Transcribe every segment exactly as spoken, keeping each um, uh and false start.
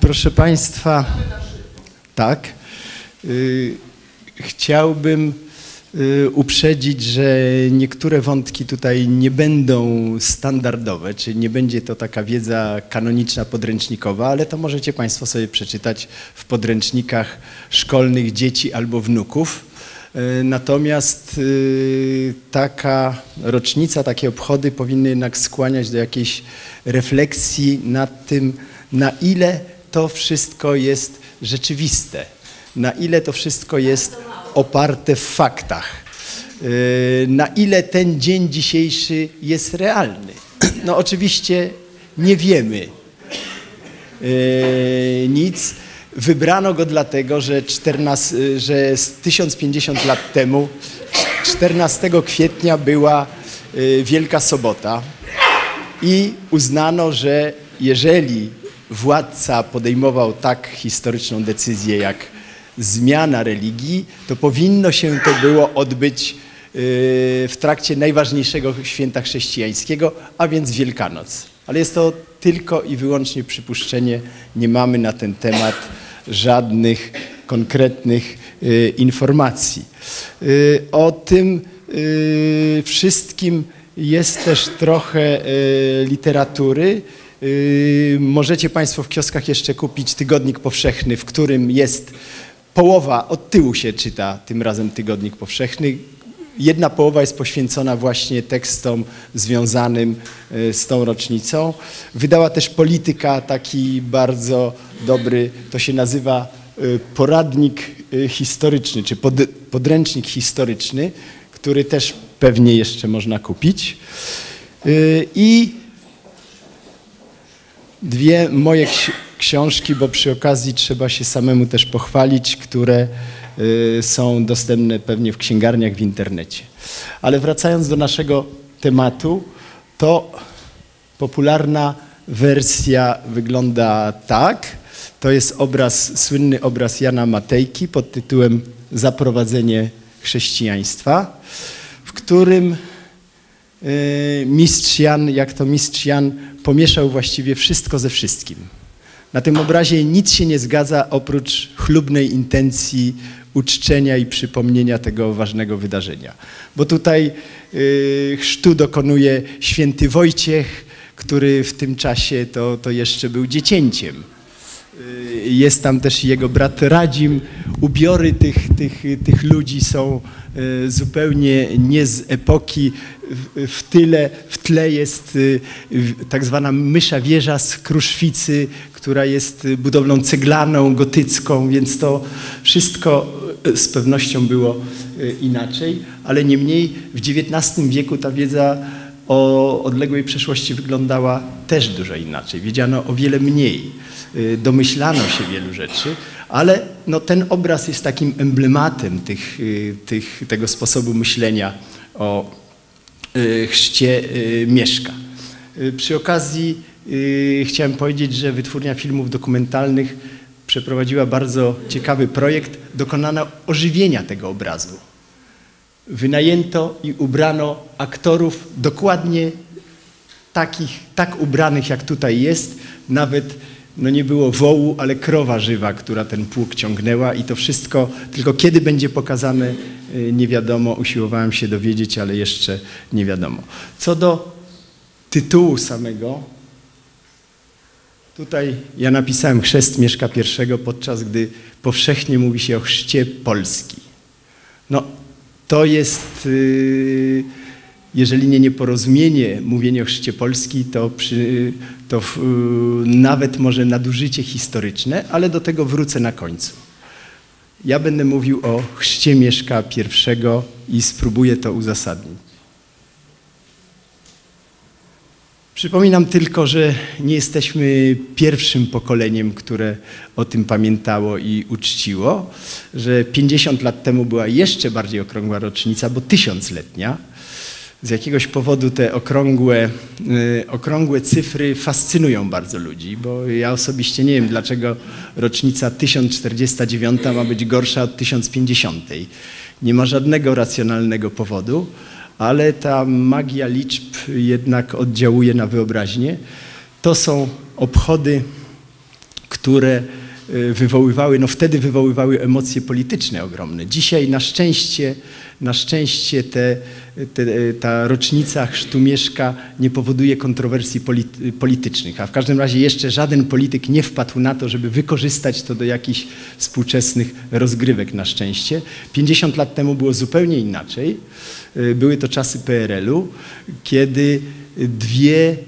Proszę Państwa, tak, y, chciałbym y, uprzedzić, że niektóre wątki tutaj nie będą standardowe, czyli nie będzie to taka wiedza kanoniczna, podręcznikowa, ale to możecie Państwo sobie przeczytać w podręcznikach szkolnych dzieci albo wnuków. Y, natomiast y, taka rocznica, takie obchody powinny jednak skłaniać do jakiejś refleksji nad tym, na ile to wszystko jest rzeczywiste, na ile to wszystko jest oparte w faktach, na ile ten dzień dzisiejszy jest realny. No oczywiście nie wiemy nic. Wybrano go dlatego, że, czternastego, że tysiąc pięćdziesiąt lat temu, czternastego kwietnia była Wielka Sobota i uznano, że jeżeli władca podejmował tak historyczną decyzję jak zmiana religii, to powinno się to było odbyć w trakcie najważniejszego święta chrześcijańskiego, a więc Wielkanoc. Ale jest to tylko i wyłącznie przypuszczenie, nie mamy na ten temat żadnych konkretnych informacji. O tym wszystkim jest też trochę literatury. Yy, możecie Państwo w kioskach jeszcze kupić Tygodnik Powszechny, w którym jest połowa, od tyłu się czyta tym razem Tygodnik Powszechny. Jedna połowa jest poświęcona właśnie tekstom związanym yy, z tą rocznicą. Wydała też Polityka taki bardzo dobry, to się nazywa yy, poradnik yy, historyczny, czy pod, podręcznik historyczny, który też pewnie jeszcze można kupić. Yy, I dwie moje książki, bo przy okazji trzeba się samemu też pochwalić, które y, są dostępne pewnie w księgarniach, w internecie. Ale wracając do naszego tematu, to popularna wersja wygląda tak. To jest obraz, słynny obraz Jana Matejki pod tytułem Zaprowadzenie chrześcijaństwa, w którym mistrz Jan, jak to mistrz Jan, pomieszał właściwie wszystko ze wszystkim. Na tym obrazie nic się nie zgadza oprócz chlubnej intencji uczczenia i przypomnienia tego ważnego wydarzenia. Bo tutaj y, chrztu dokonuje święty Wojciech, który w tym czasie to, to jeszcze był dziecięciem. Y, jest tam też jego brat Radzim. Ubiory tych, tych, tych ludzi są y, zupełnie nie z epoki. W tyle, w tle jest tak zwana mysza wieża z Kruszwicy, która jest budowlą ceglaną, gotycką, więc to wszystko z pewnością było inaczej, ale niemniej w dziewiętnastym wieku ta wiedza o odległej przeszłości wyglądała też dużo inaczej. Wiedziano o wiele mniej, domyślano się wielu rzeczy, ale no, ten obraz jest takim emblematem tych, tych, tego sposobu myślenia o chrzcie Mieszka. Przy okazji chciałem powiedzieć, że Wytwórnia Filmów Dokumentalnych przeprowadziła bardzo ciekawy projekt. Dokonano ożywienia tego obrazu. Wynajęto i ubrano aktorów dokładnie takich, tak ubranych jak tutaj jest. Nawet no nie było wołu, ale krowa żywa, która ten pług ciągnęła i to wszystko, tylko kiedy będzie pokazane, nie wiadomo, usiłowałem się dowiedzieć, ale jeszcze nie wiadomo. Co do tytułu samego, tutaj ja napisałem Chrzest Mieszka I, podczas gdy powszechnie mówi się o chrzcie Polski. No to jest, jeżeli nie nieporozumienie, mówienie o chrzcie Polski, to, przy, to nawet może nadużycie historyczne, ale do tego wrócę na końcu. Ja będę mówił o chrzcie Mieszka I i spróbuję to uzasadnić. Przypominam tylko, że nie jesteśmy pierwszym pokoleniem, które o tym pamiętało i uczciło, że pięćdziesiąt lat temu była jeszcze bardziej okrągła rocznica, bo tysiącletnia. Z jakiegoś powodu te okrągłe, yy, okrągłe cyfry fascynują bardzo ludzi, bo ja osobiście nie wiem, dlaczego rocznica tysiąc czterdziesta dziewiąta ma być gorsza od tysiąc pięćdziesiątej. Nie ma żadnego racjonalnego powodu, ale ta magia liczb jednak oddziałuje na wyobraźnię. To są obchody, które wywoływały, no wtedy wywoływały emocje polityczne ogromne. Dzisiaj na szczęście, na szczęście te, te, ta rocznica chrztu Mieszka nie powoduje kontrowersji polity, politycznych, a w każdym razie jeszcze żaden polityk nie wpadł na to, żeby wykorzystać to do jakichś współczesnych rozgrywek na szczęście. pięćdziesiąt lat temu było zupełnie inaczej. Były to czasy P R L u, kiedy dwie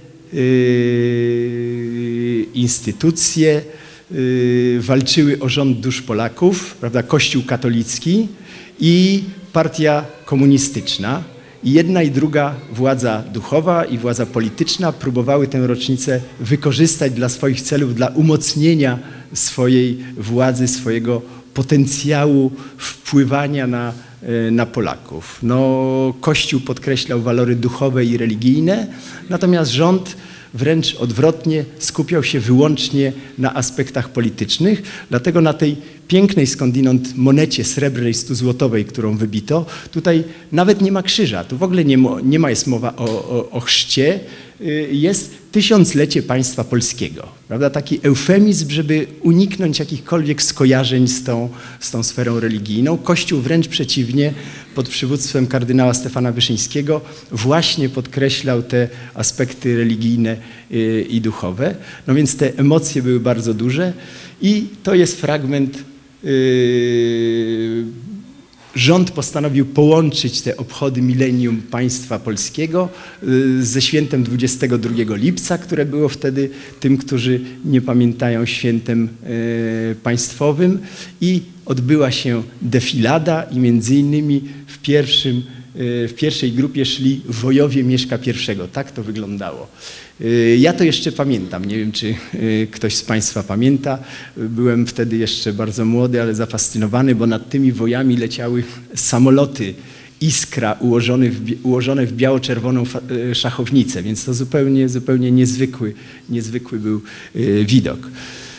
yy, instytucje walczyły o rząd dusz Polaków, prawda, Kościół katolicki i partia komunistyczna. I jedna i druga władza duchowa i władza polityczna próbowały tę rocznicę wykorzystać dla swoich celów, dla umocnienia swojej władzy, swojego potencjału wpływania na, na Polaków. No, Kościół podkreślał walory duchowe i religijne, natomiast rząd wręcz odwrotnie skupiał się wyłącznie na aspektach politycznych. Dlatego na tej pięknej skądinąd monecie srebrnej stuzłotowej, którą wybito, tutaj nawet nie ma krzyża. Tu w ogóle nie, mo, nie ma jest mowa o, o, o chrzcie. Jest tysiąclecie państwa polskiego. Prawda? Taki eufemizm, żeby uniknąć jakichkolwiek skojarzeń z tą, z tą sferą religijną. Kościół wręcz przeciwnie, pod przywództwem kardynała Stefana Wyszyńskiego właśnie podkreślał te aspekty religijne i duchowe. No więc te emocje były bardzo duże i to jest fragment. Yy, Rząd postanowił połączyć te obchody milenium państwa polskiego ze świętem dwudziestego drugiego lipca, które było wtedy tym, którzy nie pamiętają, świętem państwowym, i odbyła się defilada i między innymi w, pierwszym, w pierwszej grupie szli wojowie Mieszka pierwszego. Tak to wyglądało. Ja to jeszcze pamiętam, nie wiem, czy ktoś z Państwa pamięta. Byłem wtedy jeszcze bardzo młody, ale zafascynowany, bo nad tymi wojami leciały samoloty Iskra ułożone w, ułożone w biało-czerwoną szachownicę, więc to zupełnie, zupełnie niezwykły, niezwykły był widok.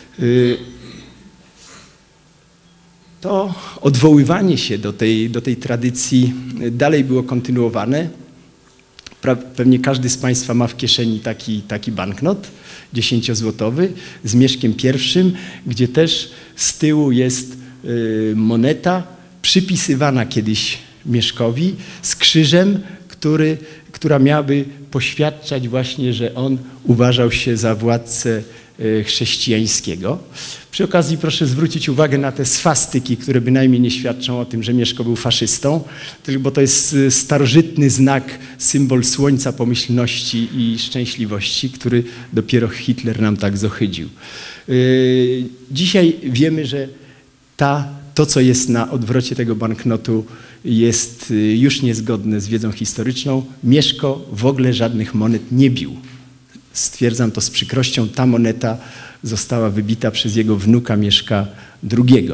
To odwoływanie się do tej, do tej tradycji dalej było kontynuowane. Pewnie każdy z Państwa ma w kieszeni taki, taki banknot dziesięciozłotowy z Mieszkiem pierwszym, gdzie też z tyłu jest y, moneta przypisywana kiedyś Mieszkowi z krzyżem, który, która miałaby poświadczać właśnie, że on uważał się za władcę y, chrześcijańskiego. Przy okazji proszę zwrócić uwagę na te swastyki, które bynajmniej nie świadczą o tym, że Mieszko był faszystą, bo to jest starożytny znak, symbol słońca pomyślności i szczęśliwości, który dopiero Hitler nam tak zohydził. Dzisiaj wiemy, że ta, to, co jest na odwrocie tego banknotu, jest już niezgodne z wiedzą historyczną. Mieszko w ogóle żadnych monet nie bił. Stwierdzam to z przykrością, ta moneta została wybita przez jego wnuka Mieszka drugiego.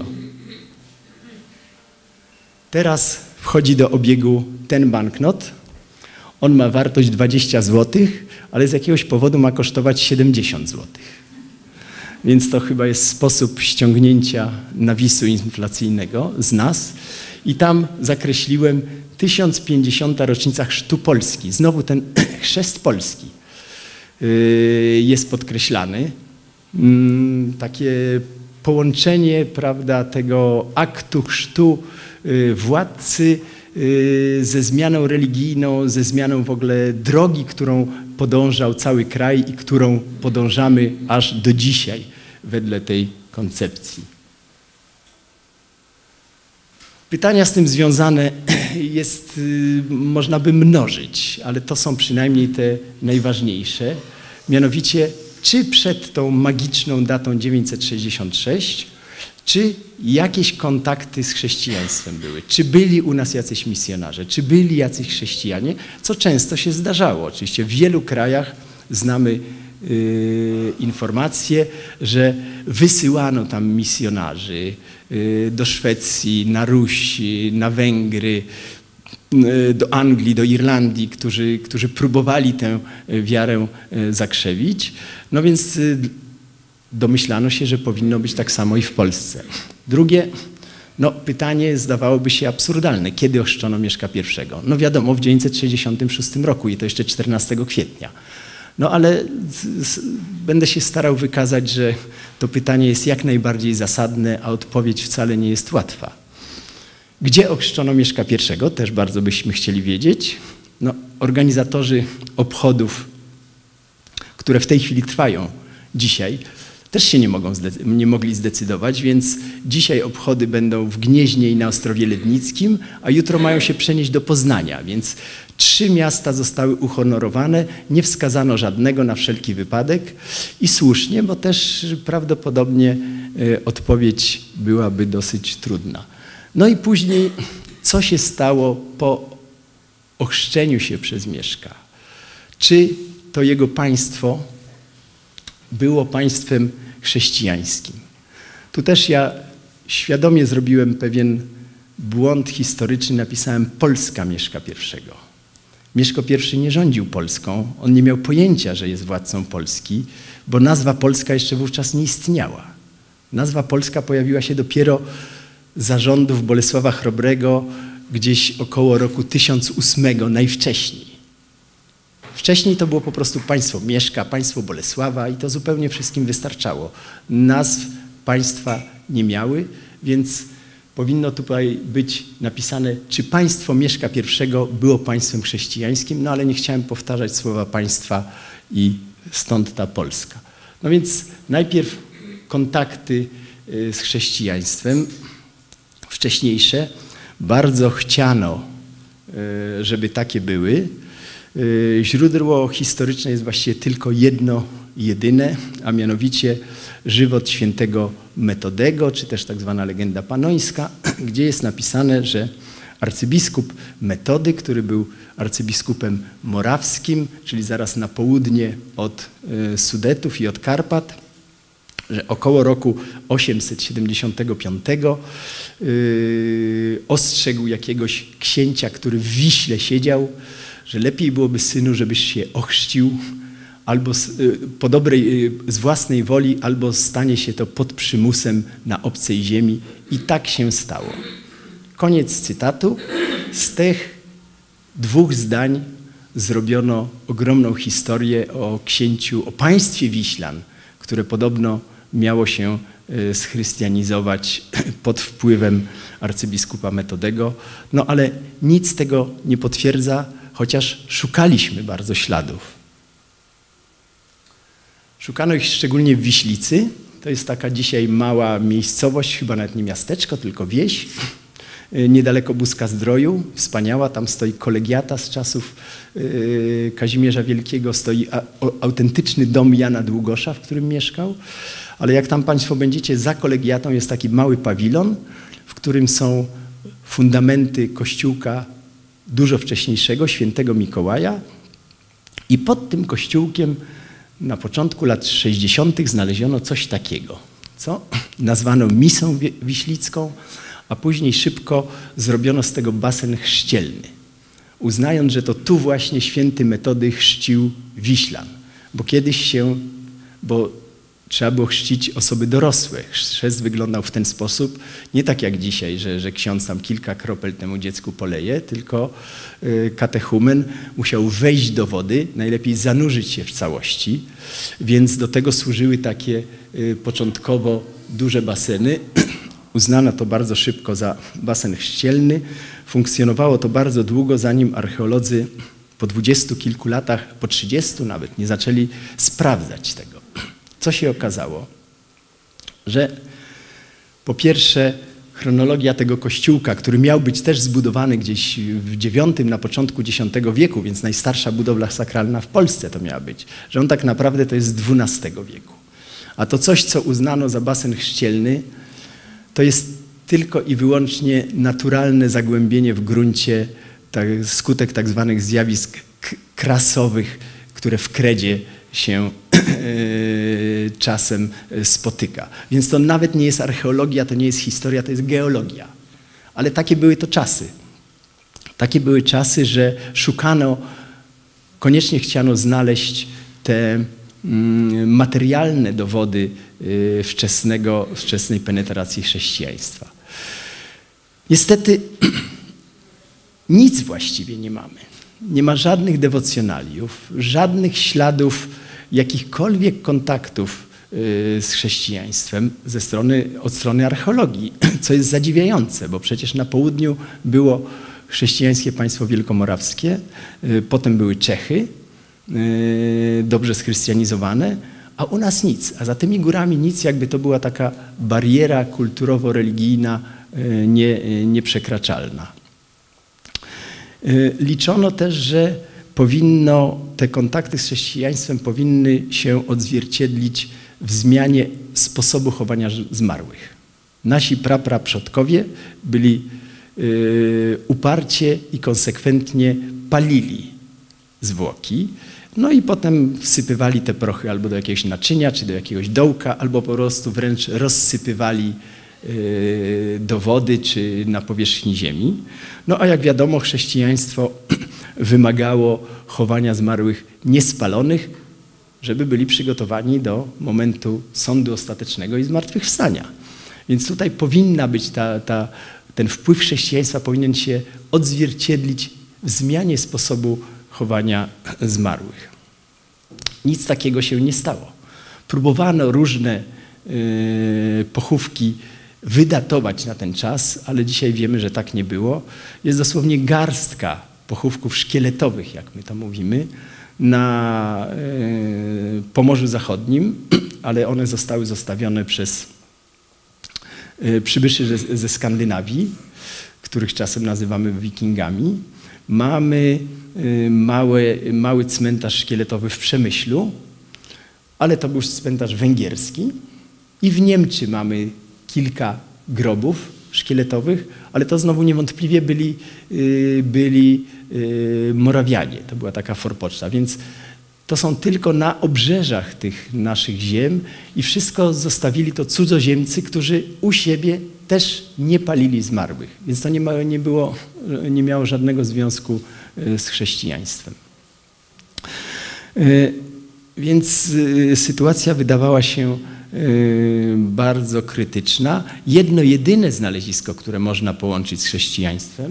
Teraz wchodzi do obiegu ten banknot. On ma wartość dwadzieścia złotych, ale z jakiegoś powodu ma kosztować siedemdziesiąt złotych. Więc to chyba jest sposób ściągnięcia nawisu inflacyjnego z nas. I tam zakreśliłem tysiąc pięćdziesiąta rocznica chrztu Polski. Znowu ten chrzest Polski jest podkreślany. Takie połączenie, prawda, tego aktu chrztu władcy ze zmianą religijną, ze zmianą w ogóle drogi, którą podążał cały kraj i którą podążamy aż do dzisiaj wedle tej koncepcji. Pytania z tym związane jest, można by mnożyć, ale to są przynajmniej te najważniejsze. Mianowicie, czy przed tą magiczną datą dziewięćset sześćdziesiąt sześć, czy jakieś kontakty z chrześcijaństwem były? Czy byli u nas jacyś misjonarze? Czy byli jacyś chrześcijanie? Co często się zdarzało. Oczywiście w wielu krajach znamy yy, informacje, że wysyłano tam misjonarzy yy, do Szwecji, na Ruś, na Węgry, do Anglii, do Irlandii, którzy, którzy próbowali tę wiarę zakrzewić. No więc domyślano się, że powinno być tak samo i w Polsce. Drugie, no pytanie zdawałoby się absurdalne. Kiedy ochrzczono Mieszka pierwszego? No wiadomo, w dziewięćset sześćdziesiątym szóstym roku i to jeszcze czternastego kwietnia. No ale z, z, będę się starał wykazać, że to pytanie jest jak najbardziej zasadne, a odpowiedź wcale nie jest łatwa. Gdzie ochrzczono Mieszka I? Też bardzo byśmy chcieli wiedzieć. No, organizatorzy obchodów, które w tej chwili trwają dzisiaj, też się nie, mogą nie mogli zdecydować, więc dzisiaj obchody będą w Gnieźnie i na Ostrowie Lednickim, a jutro mają się przenieść do Poznania, więc trzy miasta zostały uhonorowane, nie wskazano żadnego na wszelki wypadek i słusznie, bo też prawdopodobnie y, odpowiedź byłaby dosyć trudna. No i później, co się stało po ochrzczeniu się przez Mieszka? Czy to jego państwo było państwem chrześcijańskim? Tu też ja świadomie zrobiłem pewien błąd historyczny, napisałem Polska Mieszka I. Mieszko I nie rządził Polską, on nie miał pojęcia, że jest władcą Polski, bo nazwa Polska jeszcze wówczas nie istniała. Nazwa Polska pojawiła się dopiero za rządów Bolesława Chrobrego gdzieś około roku tysiąc ósmego najwcześniej. Wcześniej to było po prostu państwo Mieszka, państwo Bolesława i to zupełnie wszystkim wystarczało. Nazw państwa nie miały, więc powinno tutaj być napisane, czy państwo Mieszka I było państwem chrześcijańskim, no ale nie chciałem powtarzać słowa państwa i stąd ta Polska. No więc najpierw kontakty z chrześcijaństwem wcześniejsze. Bardzo chciano, żeby takie były. Źródło historyczne jest właściwie tylko jedno, jedyne, a mianowicie żywot świętego Metodego, czy też tak zwana legenda panońska, gdzie jest napisane, że arcybiskup Metody, który był arcybiskupem morawskim, czyli zaraz na południe od Sudetów i od Karpat, że około roku osiemset siedemdziesiątego piątego yy, ostrzegł jakiegoś księcia, który w Wiśle siedział, że lepiej byłoby, synu, żebyś się ochrzcił albo z, yy, po dobrej, yy, z własnej woli, albo stanie się to pod przymusem na obcej ziemi. I tak się stało. Koniec cytatu. Z tych dwóch zdań zrobiono ogromną historię o księciu, o państwie Wiślan, które podobno miało się schrystianizować pod wpływem arcybiskupa Metodego. No ale nic tego nie potwierdza, chociaż szukaliśmy bardzo śladów. Szukano ich szczególnie w Wiślicy. To jest taka dzisiaj mała miejscowość, chyba nawet nie miasteczko, tylko wieś, niedaleko Buska-Zdroju. Wspaniała, tam stoi kolegiata z czasów Kazimierza Wielkiego, stoi autentyczny dom Jana Długosza, w którym mieszkał. Ale jak tam państwo będziecie, za kolegiatą jest taki mały pawilon, w którym są fundamenty kościółka dużo wcześniejszego, świętego Mikołaja. I pod tym kościółkiem na początku lat sześćdziesiątych znaleziono coś takiego, co nazwano misą wiślicką, a później szybko zrobiono z tego basen chrzcielny, uznając, że to tu właśnie święty Metody chrzcił Wiślan, bo kiedyś się, bo trzeba było chrzcić osoby dorosłe. Chrzest wyglądał w ten sposób, nie tak jak dzisiaj, że, że ksiądz tam kilka kropel temu dziecku poleje, tylko y, katechumen musiał wejść do wody, najlepiej zanurzyć się w całości, więc do tego służyły takie y, początkowo duże baseny. Uznano to bardzo szybko za basen chrzcielny. Funkcjonowało to bardzo długo, zanim archeolodzy po dwudziestu kilku latach, po trzydziestu nawet, nie zaczęli sprawdzać tego. Co się okazało? Że po pierwsze chronologia tego kościółka, który miał być też zbudowany gdzieś w dziewiątym, na początku dziesiątego wieku, więc najstarsza budowla sakralna w Polsce to miała być, że on tak naprawdę to jest z dwunastego wieku. A to coś, co uznano za basen chrzcielny, to jest tylko i wyłącznie naturalne zagłębienie w gruncie, tak, skutek tak zwanych zjawisk krasowych, które w kredzie się yy, czasem spotyka. Więc to nawet nie jest archeologia, to nie jest historia, to jest geologia. Ale takie były to czasy. Takie były czasy, że szukano, koniecznie chciano znaleźć te mm, materialne dowody yy, wczesnego, wczesnej penetracji chrześcijaństwa. Niestety nic właściwie nie mamy. Nie ma żadnych dewocjonaliów, żadnych śladów jakichkolwiek kontaktów z chrześcijaństwem ze strony, od strony archeologii, co jest zadziwiające, bo przecież na południu było chrześcijańskie państwo wielkomorawskie, potem były Czechy, dobrze schrystianizowane, a u nas nic. A za tymi górami nic, jakby to była taka bariera kulturowo-religijna nie, nieprzekraczalna. Liczono też, że powinno, te kontakty z chrześcijaństwem powinny się odzwierciedlić w zmianie sposobu chowania zmarłych. Nasi prapraprzodkowie byli yy, uparcie i konsekwentnie palili zwłoki, no i potem wsypywali te prochy albo do jakiegoś naczynia, czy do jakiegoś dołka, albo po prostu wręcz rozsypywali yy, do wody, czy na powierzchni ziemi. No a jak wiadomo, chrześcijaństwo wymagało chowania zmarłych niespalonych, żeby byli przygotowani do momentu sądu ostatecznego i zmartwychwstania. Więc tutaj powinna być ta, ta, ten wpływ chrześcijaństwa powinien się odzwierciedlić w zmianie sposobu chowania zmarłych. Nic takiego się nie stało. Próbowano różne yy, pochówki wydatować na ten czas, ale dzisiaj wiemy, że tak nie było. Jest dosłownie garstka pochówków szkieletowych, jak my to mówimy, na y, Pomorzu Zachodnim, ale one zostały zostawione przez y, przybyszy ze, ze Skandynawii, których czasem nazywamy wikingami. Mamy y, mały, mały cmentarz szkieletowy w Przemyślu, ale to był cmentarz węgierski. I w Niemczech mamy kilka grobów szkieletowych, ale to znowu niewątpliwie byli, yy, byli yy, Morawianie. To była taka forpoczta, więc to są tylko na obrzeżach tych naszych ziem i wszystko zostawili to cudzoziemcy, którzy u siebie też nie palili zmarłych. Więc to nie, ma, nie, było, nie miało żadnego związku yy, z chrześcijaństwem. Yy, więc yy, sytuacja wydawała się bardzo krytyczna. Jedno jedyne znalezisko, które można połączyć z chrześcijaństwem,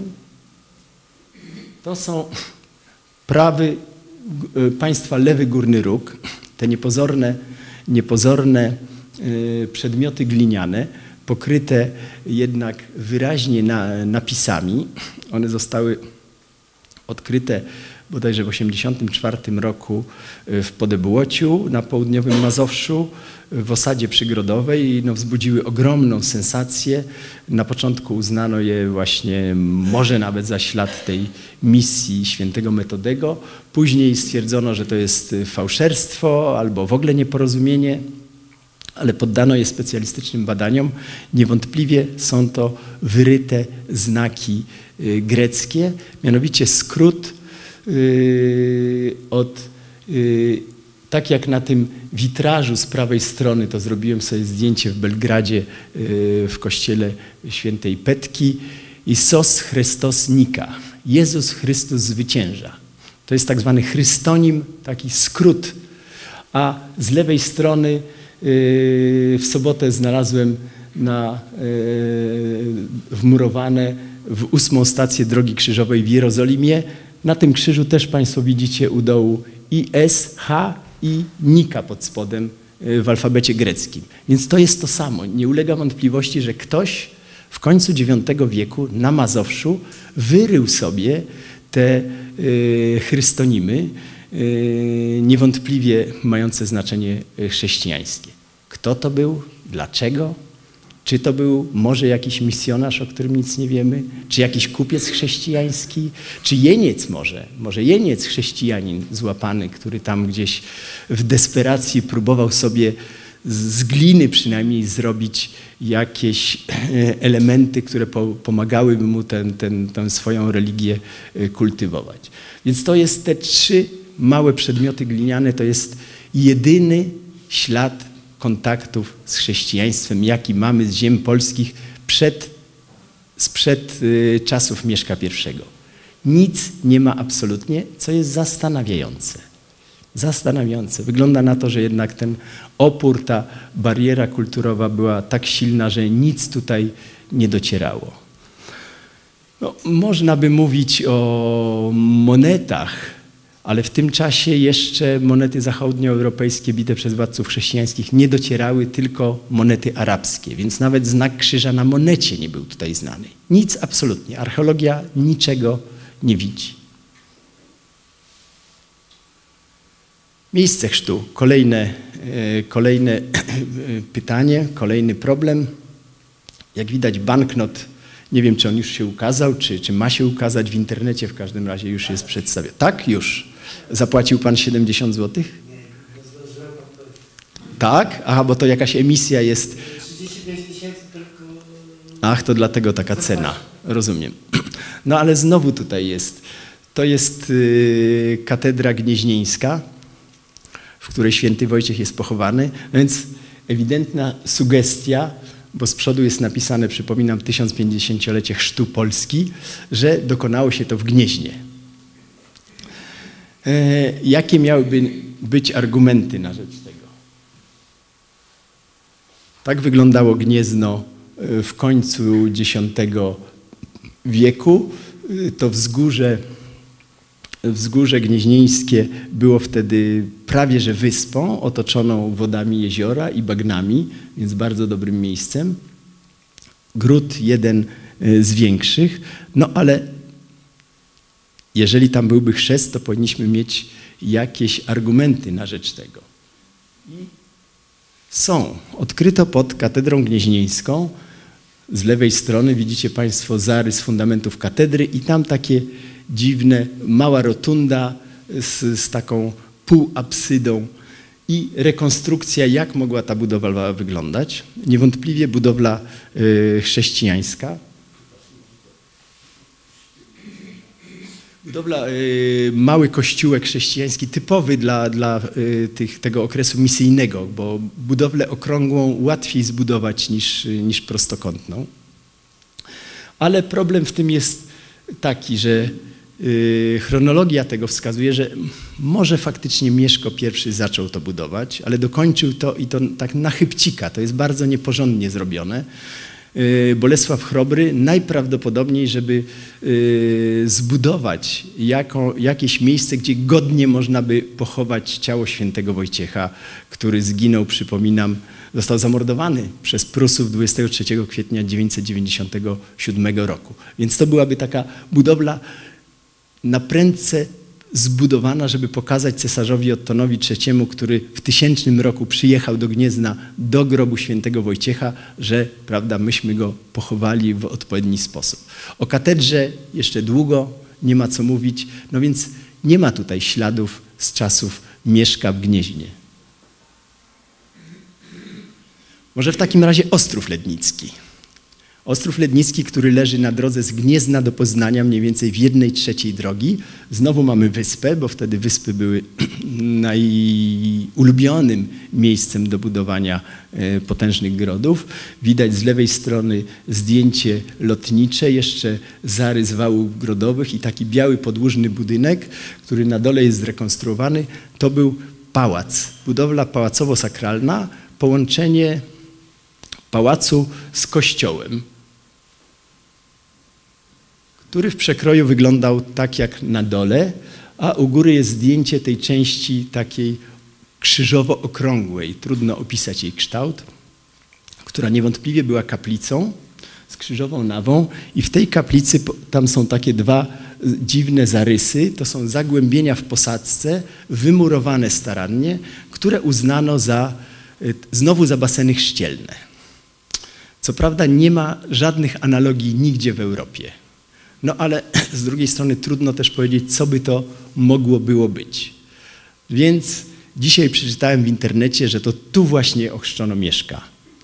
to są prawy państwa Lewy Górny Róg, te niepozorne, niepozorne przedmioty gliniane, pokryte jednak wyraźnie na, napisami. One zostały odkryte bodajże w osiemdziesiątym czwartym roku w Podebłociu, na południowym Mazowszu, w osadzie przygrodowej i no, wzbudziły ogromną sensację. Na początku uznano je właśnie może nawet za ślad tej misji świętego Metodego. Później stwierdzono, że to jest fałszerstwo albo w ogóle nieporozumienie, ale poddano je specjalistycznym badaniom. Niewątpliwie są to wyryte znaki greckie, mianowicie skrót od, tak jak na tym witrażu z prawej strony, to zrobiłem sobie zdjęcie w Belgradzie w kościele świętej Petki, Isos Chrystos Nika, Jezus Chrystus zwycięża. To jest tak zwany chrystonim, taki skrót, a z lewej strony w sobotę znalazłem na, wmurowane w ósmą stację Drogi Krzyżowej w Jerozolimie. Na tym krzyżu też Państwo widzicie u dołu I S, H i Nika pod spodem w alfabecie greckim. Więc to jest to samo. Nie ulega wątpliwości, że ktoś w końcu dziewiątego wieku na Mazowszu wyrył sobie te y, chrystonimy, y, niewątpliwie mające znaczenie chrześcijańskie. Kto to był? Dlaczego? Czy to był może jakiś misjonarz, o którym nic nie wiemy? Czy jakiś kupiec chrześcijański? Czy jeniec może? Może jeniec chrześcijanin złapany, który tam gdzieś w desperacji próbował sobie z gliny przynajmniej zrobić jakieś elementy, które pomagałyby mu ten, ten, tę swoją religię kultywować. Więc to jest te trzy małe przedmioty gliniane, to jest jedyny ślad kontaktów z chrześcijaństwem, jaki mamy z ziem polskich przed, sprzed y, czasów Mieszka pierwszego. Nic nie ma absolutnie, co jest zastanawiające. Zastanawiające. Wygląda na to, że jednak ten opór, ta bariera kulturowa była tak silna, że nic tutaj nie docierało. No, można by mówić o monetach, ale w tym czasie jeszcze monety zachodnioeuropejskie bite przez władców chrześcijańskich nie docierały, tylko monety arabskie, więc nawet znak krzyża na monecie nie był tutaj znany. Nic absolutnie. Archeologia niczego nie widzi. Miejsce chrztu. Kolejne, kolejne pytanie, kolejny problem. Jak widać, banknot, nie wiem, czy on już się ukazał, czy, czy ma się ukazać w internecie, w każdym razie już jest przedstawiony. Tak? Już. Zapłacił pan siedemdziesiąt złotych? Tak? Aha, bo to jakaś emisja jest. trzydzieści pięć tysięcy tylko. Ach, to dlatego taka cena. Rozumiem. No ale znowu tutaj jest. To jest yy, katedra gnieźnieńska, w której święty Wojciech jest pochowany. No więc ewidentna sugestia, bo z przodu jest napisane, przypominam, tysiąc pięćdziesięciolecie chrztu Polski, że dokonało się to w Gnieźnie. E, jakie miałyby być argumenty na rzecz tego? Tak wyglądało Gniezno w końcu dziesiątego wieku. To wzgórze, wzgórze gnieźnieńskie było wtedy prawie że wyspą otoczoną wodami jeziora i bagnami, więc bardzo dobrym miejscem. Gród jeden z większych, no ale jeżeli tam byłby chrzest, to powinniśmy mieć jakieś argumenty na rzecz tego. I są. Odkryto pod katedrą gnieźnieńską, z lewej strony widzicie państwo zarys fundamentów katedry i tam takie dziwne, mała rotunda z, z taką półabsydą i rekonstrukcja, jak mogła ta budowla wyglądać. Niewątpliwie budowla y, chrześcijańska. Budowla, y, mały kościółek chrześcijański, typowy dla, dla y, tych, tego okresu misyjnego, bo budowlę okrągłą łatwiej zbudować niż, niż prostokątną. Ale problem w tym jest taki, że y, chronologia tego wskazuje, że może faktycznie Mieszko I zaczął to budować, ale dokończył to i to tak na chybcika, to jest bardzo nieporządnie zrobione. Bolesław Chrobry najprawdopodobniej, żeby y, zbudować jako, jakieś miejsce, gdzie godnie można by pochować ciało świętego Wojciecha, który zginął, przypominam, został zamordowany przez Prusów dwudziestego trzeciego kwietnia tysiąc dziewięćset dziewięćdziesiątego siódmego roku. Więc to byłaby taka budowla na prędce zbudowana, żeby pokazać cesarzowi Ottonowi trzeciemu, który w tysięcznym roku przyjechał do Gniezna, do grobu świętego Wojciecha, że, prawda, myśmy go pochowali w odpowiedni sposób. O katedrze jeszcze długo nie ma co mówić, no więc nie ma tutaj śladów z czasów Mieszka w Gnieźnie. Może w takim razie Ostrów Lednicki. Ostrów Lednicki, który leży na drodze z Gniezna do Poznania, mniej więcej w jednej trzeciej drogi. Znowu mamy wyspę, bo wtedy wyspy były najulubionym miejscem do budowania potężnych grodów. Widać z lewej strony zdjęcie lotnicze, jeszcze zarys wałów grodowych i taki biały podłużny budynek, który na dole jest zrekonstruowany. To był pałac, budowla pałacowo-sakralna, połączenie pałacu z kościołem, który w przekroju wyglądał tak jak na dole, a u góry jest zdjęcie tej części takiej krzyżowo-okrągłej, trudno opisać jej kształt, która niewątpliwie była kaplicą z krzyżową nawą i w tej kaplicy tam są takie dwa dziwne zarysy, to są zagłębienia w posadzce, wymurowane starannie, które uznano za, znowu za baseny chrzcielne. Co prawda nie ma żadnych analogii nigdzie w Europie. No ale z drugiej strony trudno też powiedzieć, co by to mogło było być. Więc dzisiaj przeczytałem w internecie, że to tu właśnie ochrzczono Mieszka.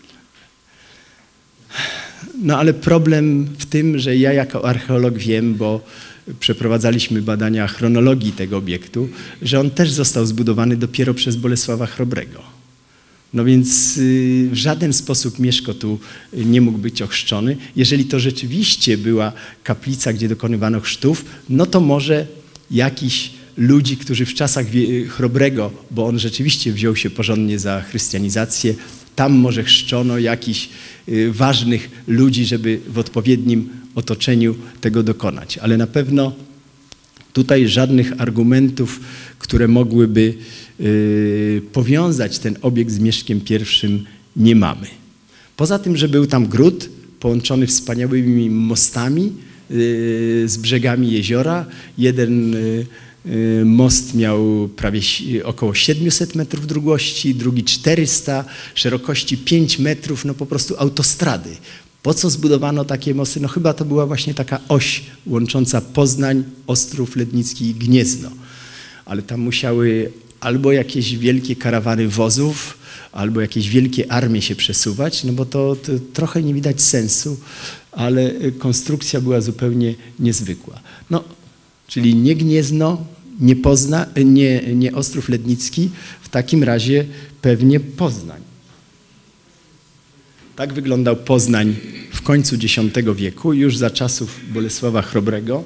No ale problem w tym, że ja jako archeolog wiem, bo przeprowadzaliśmy badania chronologii tego obiektu, że on też został zbudowany dopiero przez Bolesława Chrobrego. No więc w żaden sposób Mieszko tu nie mógł być ochrzczony. Jeżeli to rzeczywiście była kaplica, gdzie dokonywano chrztów, no to może jakiś ludzi, którzy w czasach Chrobrego, bo on rzeczywiście wziął się porządnie za chrystianizację, tam może chrzczono jakichś y, ważnych ludzi, żeby w odpowiednim otoczeniu tego dokonać. Ale na pewno tutaj żadnych argumentów, które mogłyby y, powiązać ten obiekt z Mieszkiem pierwszym nie mamy. Poza tym, że był tam gród połączony wspaniałymi mostami y, z brzegami jeziora. Jeden y, y, most miał prawie około siedemset metrów długości, drugi czterysta, szerokości pięć metrów, no po prostu autostrady. Po co zbudowano takie mosty? No chyba to była właśnie taka oś łącząca Poznań, Ostrów Lednicki i Gniezno. Ale tam musiały albo jakieś wielkie karawany wozów, albo jakieś wielkie armie się przesuwać, no bo to, to trochę nie widać sensu, ale konstrukcja była zupełnie niezwykła. No, czyli nie Gniezno, nie, Pozna, nie, nie Ostrów Lednicki, w takim razie pewnie Poznań. Tak wyglądał Poznań w końcu dziesiątego wieku, już za czasów Bolesława Chrobrego.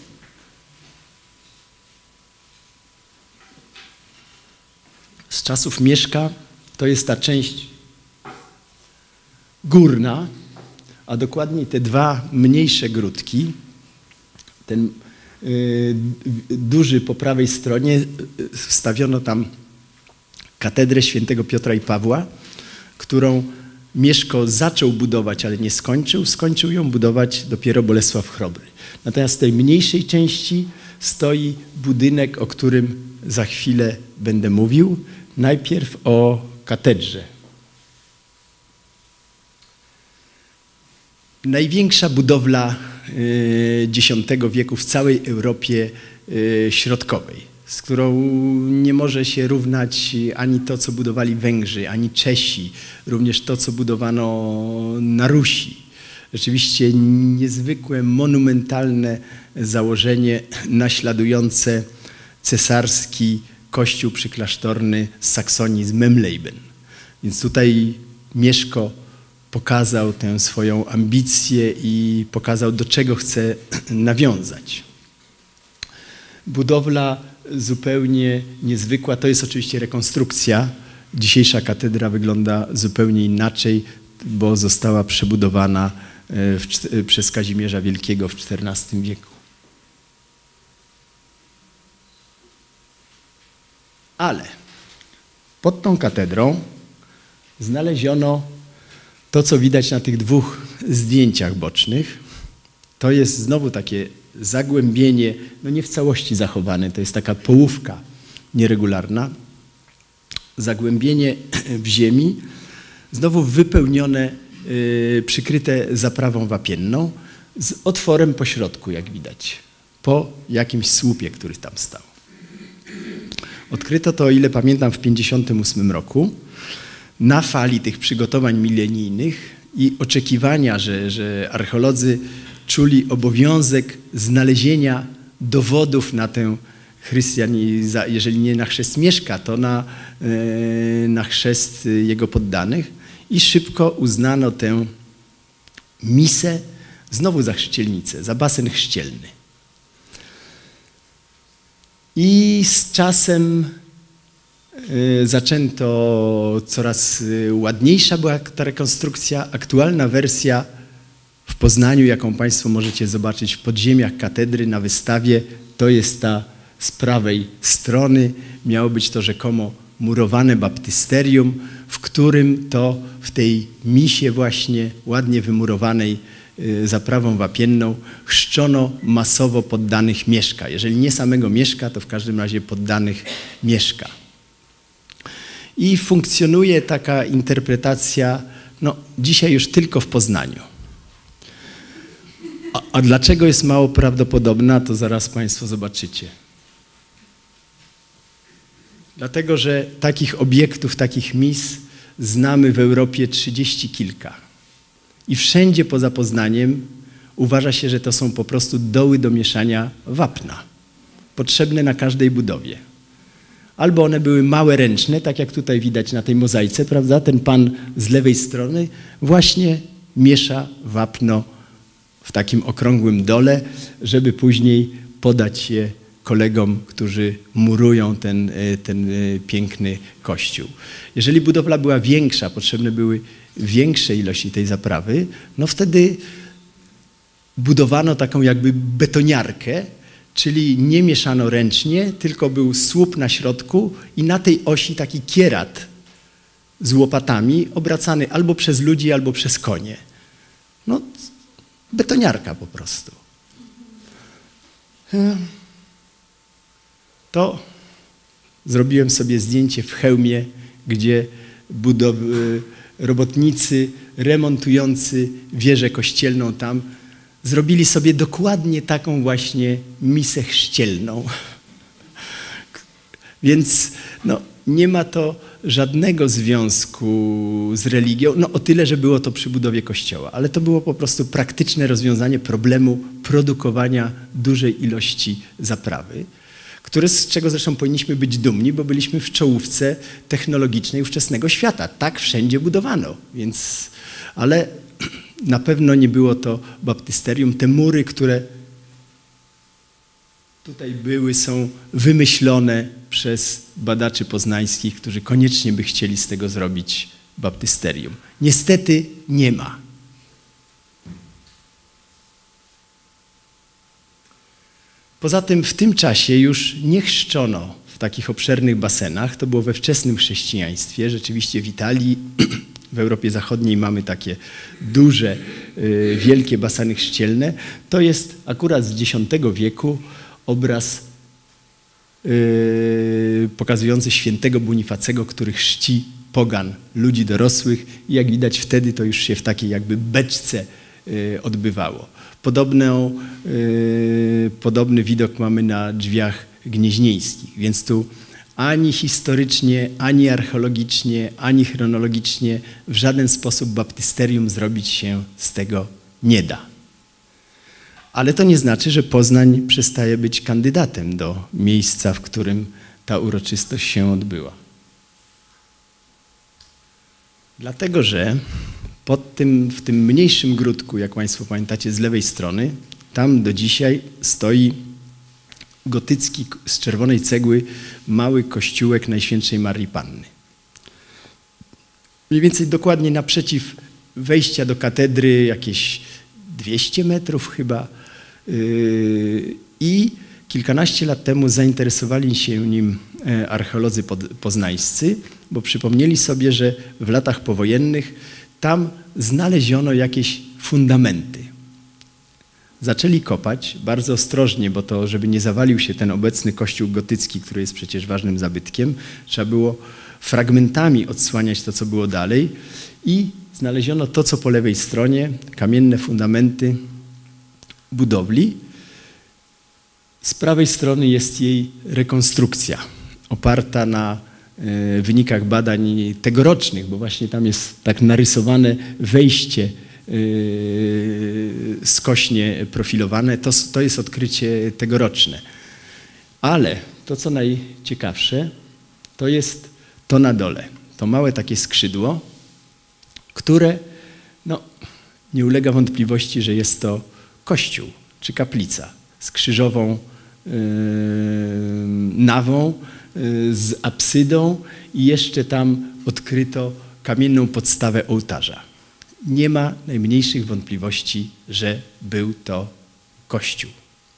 Z czasów Mieszka to jest ta część górna, a dokładniej te dwa mniejsze gródki. Ten y, duży po prawej stronie wstawiono tam katedrę świętego Piotra i Pawła, którą Mieszko zaczął budować, ale nie skończył. Skończył ją budować dopiero Bolesław Chrobry. Natomiast w tej mniejszej części stoi budynek, o którym za chwilę będę mówił. Najpierw o katedrze. Największa budowla dziesiątego wieku w całej Europie Środkowej, z którą nie może się równać ani to, co budowali Węgrzy, ani Czesi, również to, co budowano na Rusi. Rzeczywiście niezwykłe, monumentalne założenie naśladujące cesarski kościół przyklasztorny z Saksonii, z Memleben. Więc tutaj Mieszko pokazał tę swoją ambicję i pokazał, do czego chce nawiązać. Budowla zupełnie niezwykła, to jest oczywiście rekonstrukcja. Dzisiejsza katedra wygląda zupełnie inaczej, bo została przebudowana w, przez Kazimierza Wielkiego w czternastym wieku. Ale pod tą katedrą znaleziono to, co widać na tych dwóch zdjęciach bocznych. To jest znowu takie zagłębienie, no nie w całości zachowane, to jest taka połówka nieregularna. Zagłębienie w ziemi, znowu wypełnione, yy, przykryte zaprawą wapienną z otworem po środku, jak widać, po jakimś słupie, który tam stał. Odkryto to, o ile pamiętam, w pięćdziesiątym ósmym roku. Na fali tych przygotowań milenijnych i oczekiwania, że, że archeolodzy czuli obowiązek znalezienia dowodów na tę chrystianizację, jeżeli nie na chrzest Mieszka, to na, yy, na chrzest jego poddanych i szybko uznano tę misę znowu za chrzcielnicę, za basen chrzcielny. I z czasem y, zaczęto, coraz ładniejsza była ta rekonstrukcja. Aktualna wersja w Poznaniu, jaką Państwo możecie zobaczyć w podziemiach katedry na wystawie, to jest ta z prawej strony. Miało być to rzekomo murowane baptysterium, w którym to w tej misie właśnie ładnie wymurowanej zaprawą wapienną chrzczono masowo poddanych Mieszka. Jeżeli nie samego Mieszka, to w każdym razie poddanych Mieszka. I funkcjonuje taka interpretacja, no dzisiaj już tylko w Poznaniu. A, a dlaczego jest mało prawdopodobna, to zaraz Państwo zobaczycie. Dlatego, że takich obiektów, takich mis znamy w Europie trzydzieści kilka. I wszędzie poza Poznaniem uważa się, że to są po prostu doły do mieszania wapna, potrzebne na każdej budowie. Albo one były małe, ręczne, tak jak tutaj widać na tej mozaice, prawda? Ten pan z lewej strony właśnie miesza wapno w takim okrągłym dole, żeby później podać je kolegom, którzy murują ten, ten piękny kościół. Jeżeli budowla była większa, potrzebne były większe ilości tej zaprawy, no wtedy budowano taką jakby betoniarkę, czyli nie mieszano ręcznie, tylko był słup na środku i na tej osi taki kierat z łopatami obracany albo przez ludzi, albo przez konie. No, betoniarka po prostu. To zrobiłem sobie zdjęcie w hełmie, gdzie budow- robotnicy remontujący wieżę kościelną tam zrobili sobie dokładnie taką właśnie misę chrzcielną. Więc no, nie ma to żadnego związku z religią, no o tyle, że było to przy budowie kościoła, ale to było po prostu praktyczne rozwiązanie problemu produkowania dużej ilości zaprawy, które, z czego zresztą powinniśmy być dumni, bo byliśmy w czołówce technologicznej ówczesnego świata. Tak wszędzie budowano, więc, ale na pewno nie było to baptysterium. Te mury, które tutaj były, są wymyślone przez badaczy poznańskich, którzy koniecznie by chcieli z tego zrobić baptysterium. Niestety nie ma. Poza tym w tym czasie już nie chrzczono w takich obszernych basenach. To było we wczesnym chrześcijaństwie. Rzeczywiście w Italii, w Europie Zachodniej mamy takie duże, wielkie baseny chrzcielne. To jest akurat z dziesiątego wieku obraz pokazujący świętego Bonifacego, który chrzci pogan, ludzi dorosłych i jak widać wtedy to już się w takiej jakby beczce odbywało. Podobną, podobny widok mamy na drzwiach gnieźnieńskich, więc tu ani historycznie, ani archeologicznie, ani chronologicznie w żaden sposób baptysterium zrobić się z tego nie da. Ale to nie znaczy, że Poznań przestaje być kandydatem do miejsca, w którym ta uroczystość się odbyła. Dlatego, że pod tym, w tym mniejszym gródku, jak Państwo pamiętacie, z lewej strony, tam do dzisiaj stoi gotycki z czerwonej cegły mały kościółek Najświętszej Marii Panny. Mniej więcej dokładnie naprzeciw wejścia do katedry, jakieś dwieście metrów chyba. I kilkanaście lat temu zainteresowali się nim archeolodzy poznańscy, bo przypomnieli sobie, że w latach powojennych tam znaleziono jakieś fundamenty. Zaczęli kopać bardzo ostrożnie, bo to, żeby nie zawalił się ten obecny kościół gotycki, który jest przecież ważnym zabytkiem, trzeba było fragmentami odsłaniać to, co było dalej i znaleziono to, co po lewej stronie, kamienne fundamenty budowli. Z prawej strony jest jej rekonstrukcja, oparta na y, wynikach badań tegorocznych, bo właśnie tam jest tak narysowane wejście y, skośnie profilowane. To, to jest odkrycie tegoroczne. Ale to, co najciekawsze, to jest to na dole. To małe takie skrzydło, które no, nie ulega wątpliwości, że jest to kościół czy kaplica z krzyżową yy, nawą, yy, z apsydą i jeszcze tam odkryto kamienną podstawę ołtarza. Nie ma najmniejszych wątpliwości, że był to kościół.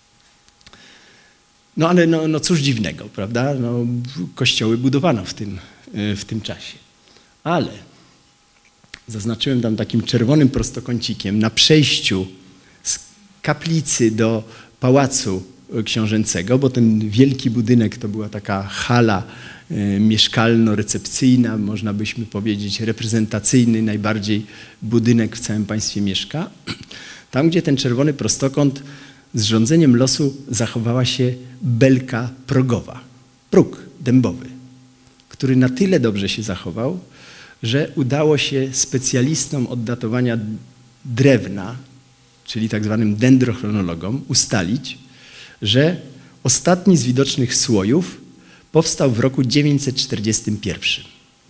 No ale no, no cóż dziwnego, prawda? No, kościoły budowano w tym, yy, w tym czasie. Ale zaznaczyłem tam takim czerwonym prostokącikiem na przejściu z kaplicy do pałacu książęcego, bo ten wielki budynek to była taka hala y, mieszkalno-recepcyjna, można byśmy powiedzieć reprezentacyjny, najbardziej budynek w całym państwie mieszka. Tam, gdzie ten czerwony prostokąt z rządzeniem losu zachowała się belka progowa, próg dębowy, który na tyle dobrze się zachował, że udało się specjalistom od datowania drewna, czyli tak zwanym dendrochronologom, ustalić, że ostatni z widocznych słojów powstał w roku dziewięćset czterdziestym pierwszym.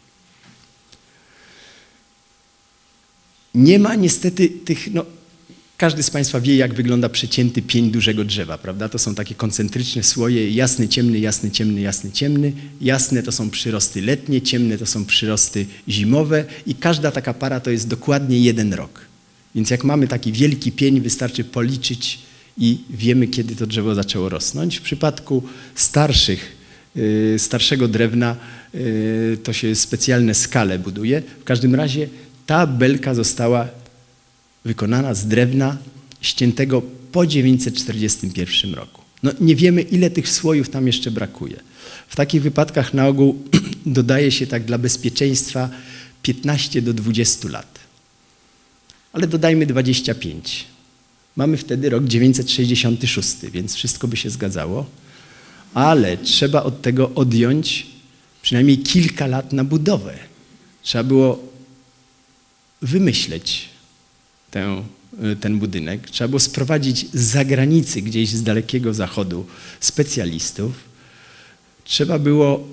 Nie ma niestety tych no, Każdy z Państwa wie, jak wygląda przecięty pień dużego drzewa, prawda? To są takie koncentryczne słoje, jasny, ciemny, jasny, ciemny, jasny, ciemny. Jasne to są przyrosty letnie, ciemne to są przyrosty zimowe i każda taka para to jest dokładnie jeden rok. Więc jak mamy taki wielki pień, wystarczy policzyć i wiemy, kiedy to drzewo zaczęło rosnąć. W przypadku starszych, yy, starszego drewna yy, to się specjalne skale buduje. W każdym razie ta belka została wykonana z drewna ściętego po dziewięćset czterdziestym pierwszym roku. No, nie wiemy, ile tych słojów tam jeszcze brakuje. W takich wypadkach na ogół dodaje się tak dla bezpieczeństwa piętnaście do dwudziestu lat. Ale dodajmy dwadzieścia pięć. Mamy wtedy rok dziewięćset sześćdziesiąty szósty, więc wszystko by się zgadzało. Ale trzeba od tego odjąć przynajmniej kilka lat na budowę. Trzeba było wymyśleć tę, ten budynek. Trzeba było sprowadzić z zagranicy, gdzieś z dalekiego zachodu specjalistów. Trzeba było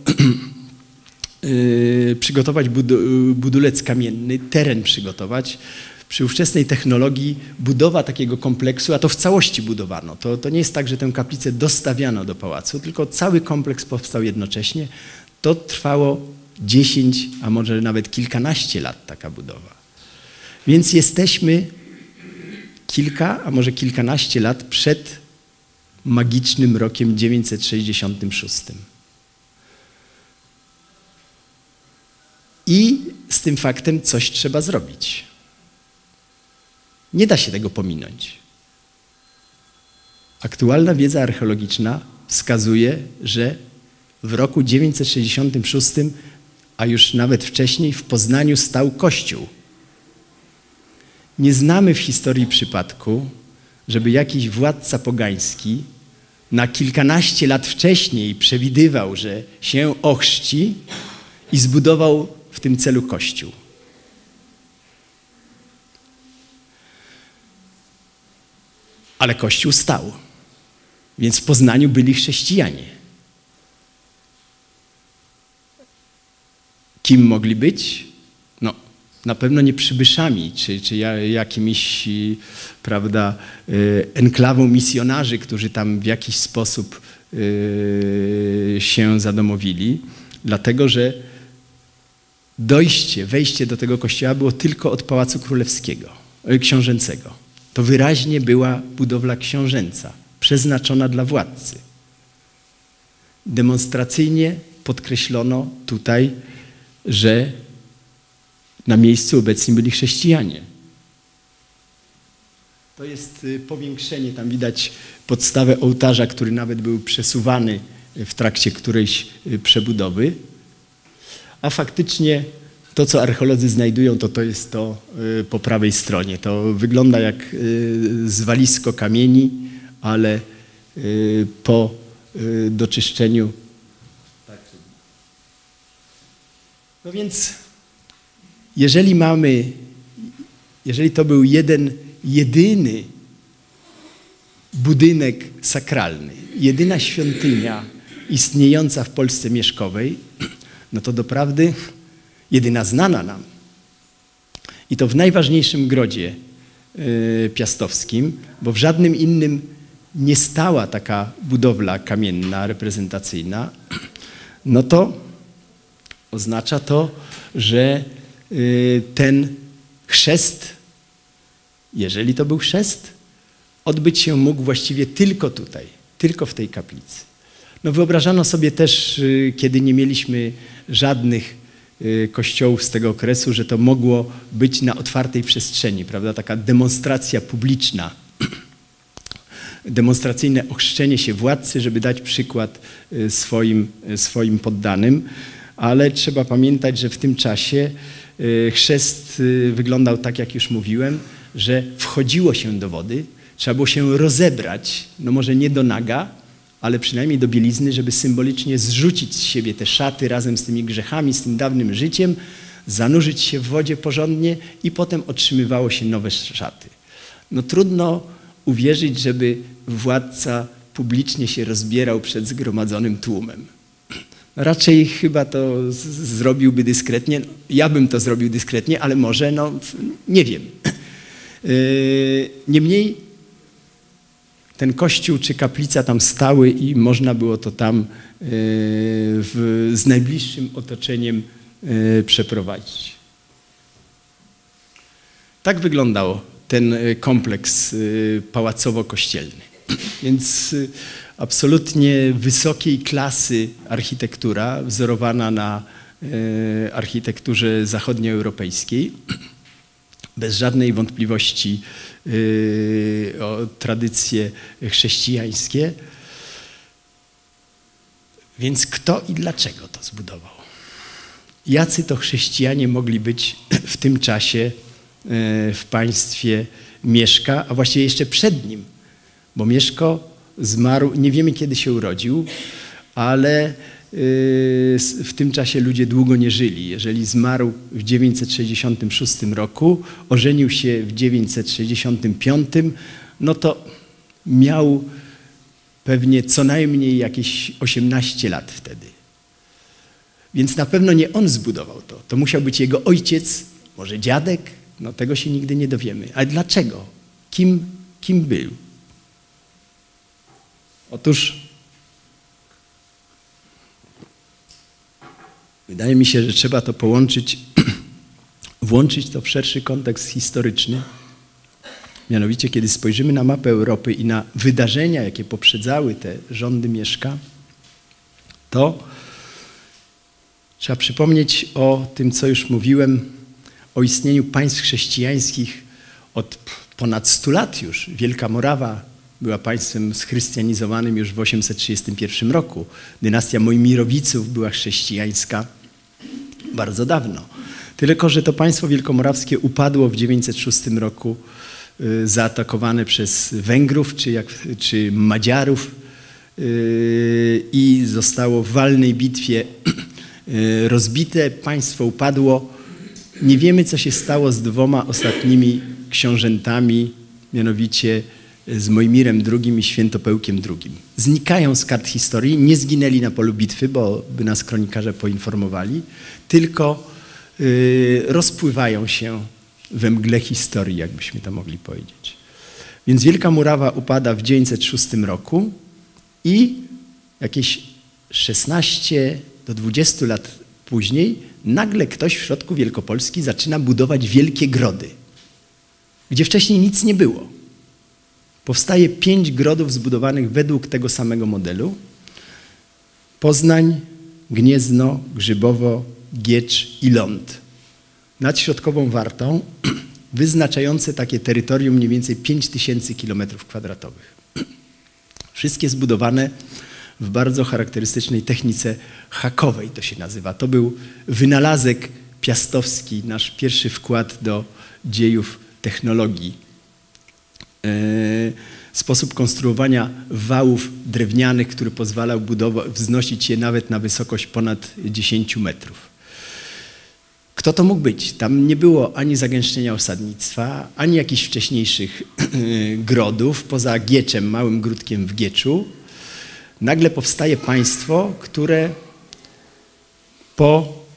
yy, przygotować budu, budulec kamienny, teren przygotować. Przy ówczesnej technologii budowa takiego kompleksu, a to w całości budowano. To, to nie jest tak, że tę kaplicę dostawiano do pałacu, tylko cały kompleks powstał jednocześnie. To trwało dziesięć, a może nawet kilkanaście lat taka budowa. Więc jesteśmy kilka, a może kilkanaście lat przed magicznym rokiem dziewięćset sześćdziesiątym szóstym. I z tym faktem coś trzeba zrobić. Nie da się tego pominąć. Aktualna wiedza archeologiczna wskazuje, że w roku dziewięćset sześćdziesiątym szóstym, a już nawet wcześniej, w Poznaniu stał kościół. Nie znamy w historii przypadku, żeby jakiś władca pogański na kilkanaście lat wcześniej przewidywał, że się ochrzci i zbudował w tym celu kościół. Ale kościół stał, więc w Poznaniu byli chrześcijanie. Kim mogli być? No, na pewno nie przybyszami, czy, czy jakimiś, prawda, enklawą misjonarzy, którzy tam w jakiś sposób się zadomowili, dlatego że dojście, wejście do tego kościoła było tylko od Pałacu Królewskiego, książęcego. To wyraźnie była budowla książęca, przeznaczona dla władcy. Demonstracyjnie podkreślono tutaj, że na miejscu obecni byli chrześcijanie. To jest powiększenie, tam widać podstawę ołtarza, który nawet był przesuwany w trakcie którejś przebudowy. A faktycznie to, co archeolodzy znajdują, to to jest to po prawej stronie. To wygląda jak zwalisko kamieni, ale po doczyszczeniu. No więc jeżeli mamy, jeżeli to był jeden, jedyny budynek sakralny, jedyna świątynia istniejąca w Polsce mieszkowej, no to doprawdy jedyna znana nam. I to w najważniejszym grodzie y, piastowskim, bo w żadnym innym nie stała taka budowla kamienna, reprezentacyjna, no to oznacza to, że y, ten chrzest, jeżeli to był chrzest, odbyć się mógł właściwie tylko tutaj, tylko w tej kaplicy. No wyobrażano sobie też, y, kiedy nie mieliśmy żadnych kościołów z tego okresu, że to mogło być na otwartej przestrzeni, prawda? Taka demonstracja publiczna, demonstracyjne ochrzczenie się władcy, żeby dać przykład swoim, swoim poddanym, ale trzeba pamiętać, że w tym czasie chrzest wyglądał tak, jak już mówiłem, że wchodziło się do wody, trzeba było się rozebrać, no może nie do naga, ale przynajmniej do bielizny, żeby symbolicznie zrzucić z siebie te szaty razem z tymi grzechami, z tym dawnym życiem, zanurzyć się w wodzie porządnie i potem otrzymywało się nowe szaty. No trudno uwierzyć, żeby władca publicznie się rozbierał przed zgromadzonym tłumem. Raczej chyba to z- zrobiłby dyskretnie. Ja bym to zrobił dyskretnie, ale może, no nie wiem. Niemniej ten kościół czy kaplica tam stały i można było to tam w, z najbliższym otoczeniem przeprowadzić. Tak wyglądał ten kompleks pałacowo-kościelny. Więc absolutnie wysokiej klasy architektura, wzorowana na architekturze zachodnioeuropejskiej, bez żadnej wątpliwości o tradycje chrześcijańskie. Więc kto i dlaczego to zbudował? Jacy to chrześcijanie mogli być w tym czasie w państwie Mieszka, a właściwie jeszcze przed nim, bo Mieszko zmarł, nie wiemy kiedy się urodził, ale w tym czasie ludzie długo nie żyli. Jeżeli zmarł w dziewięćset sześćdziesiątym szóstym roku, ożenił się w dziewięćset sześćdziesiątym piątym, no to miał pewnie co najmniej jakieś osiemnaście lat wtedy. Więc na pewno nie on zbudował to. To musiał być jego ojciec, może dziadek, no tego się nigdy nie dowiemy. Ale dlaczego? Kim, kim był? Otóż wydaje mi się, że trzeba to połączyć, włączyć to w szerszy kontekst historyczny. Mianowicie, kiedy spojrzymy na mapę Europy i na wydarzenia, jakie poprzedzały te rządy Mieszka, to trzeba przypomnieć o tym, co już mówiłem, o istnieniu państw chrześcijańskich od ponad stu lat już. Wielka Morawa była państwem schrystianizowanym już w osiemset trzydziestym pierwszym roku. Dynastia Mojmirowiców była chrześcijańska bardzo dawno. Tylko że to państwo wielkomorawskie upadło w dziewięćset szóstym roku, y, zaatakowane przez Węgrów czy, jak, czy Madziarów y, i zostało w walnej bitwie y, rozbite. Państwo upadło. Nie wiemy, co się stało z dwoma ostatnimi książętami, mianowicie z Mojmirem drugim i Świętopełkiem drugim. Znikają z kart historii, nie zginęli na polu bitwy, bo by nas kronikarze poinformowali, tylko y, rozpływają się we mgle historii, jakbyśmy to mogli powiedzieć. Więc Wielka Murawa upada w dziewięćset szóstym roku i jakieś szesnaście do dwudziestu lat później nagle ktoś w środku Wielkopolski zaczyna budować wielkie grody, gdzie wcześniej nic nie było. Powstaje pięć grodów zbudowanych według tego samego modelu. Poznań, Gniezno, Grzybowo, Giecz i Ląd. Nad Środkową Wartą, wyznaczające takie terytorium mniej więcej pięć tysięcy kilometrów kwadratowych. Wszystkie zbudowane w bardzo charakterystycznej technice hakowej, to się nazywa. To był wynalazek piastowski, nasz pierwszy wkład do dziejów technologii. Sposób konstruowania wałów drewnianych, który pozwalał budować, wznosić je nawet na wysokość ponad dziesięć metrów. Kto to mógł być? Tam nie było ani zagęszczenia osadnictwa, ani jakichś wcześniejszych grodów, poza Gieczem, małym gródkiem w Gieczu. Nagle powstaje państwo, które po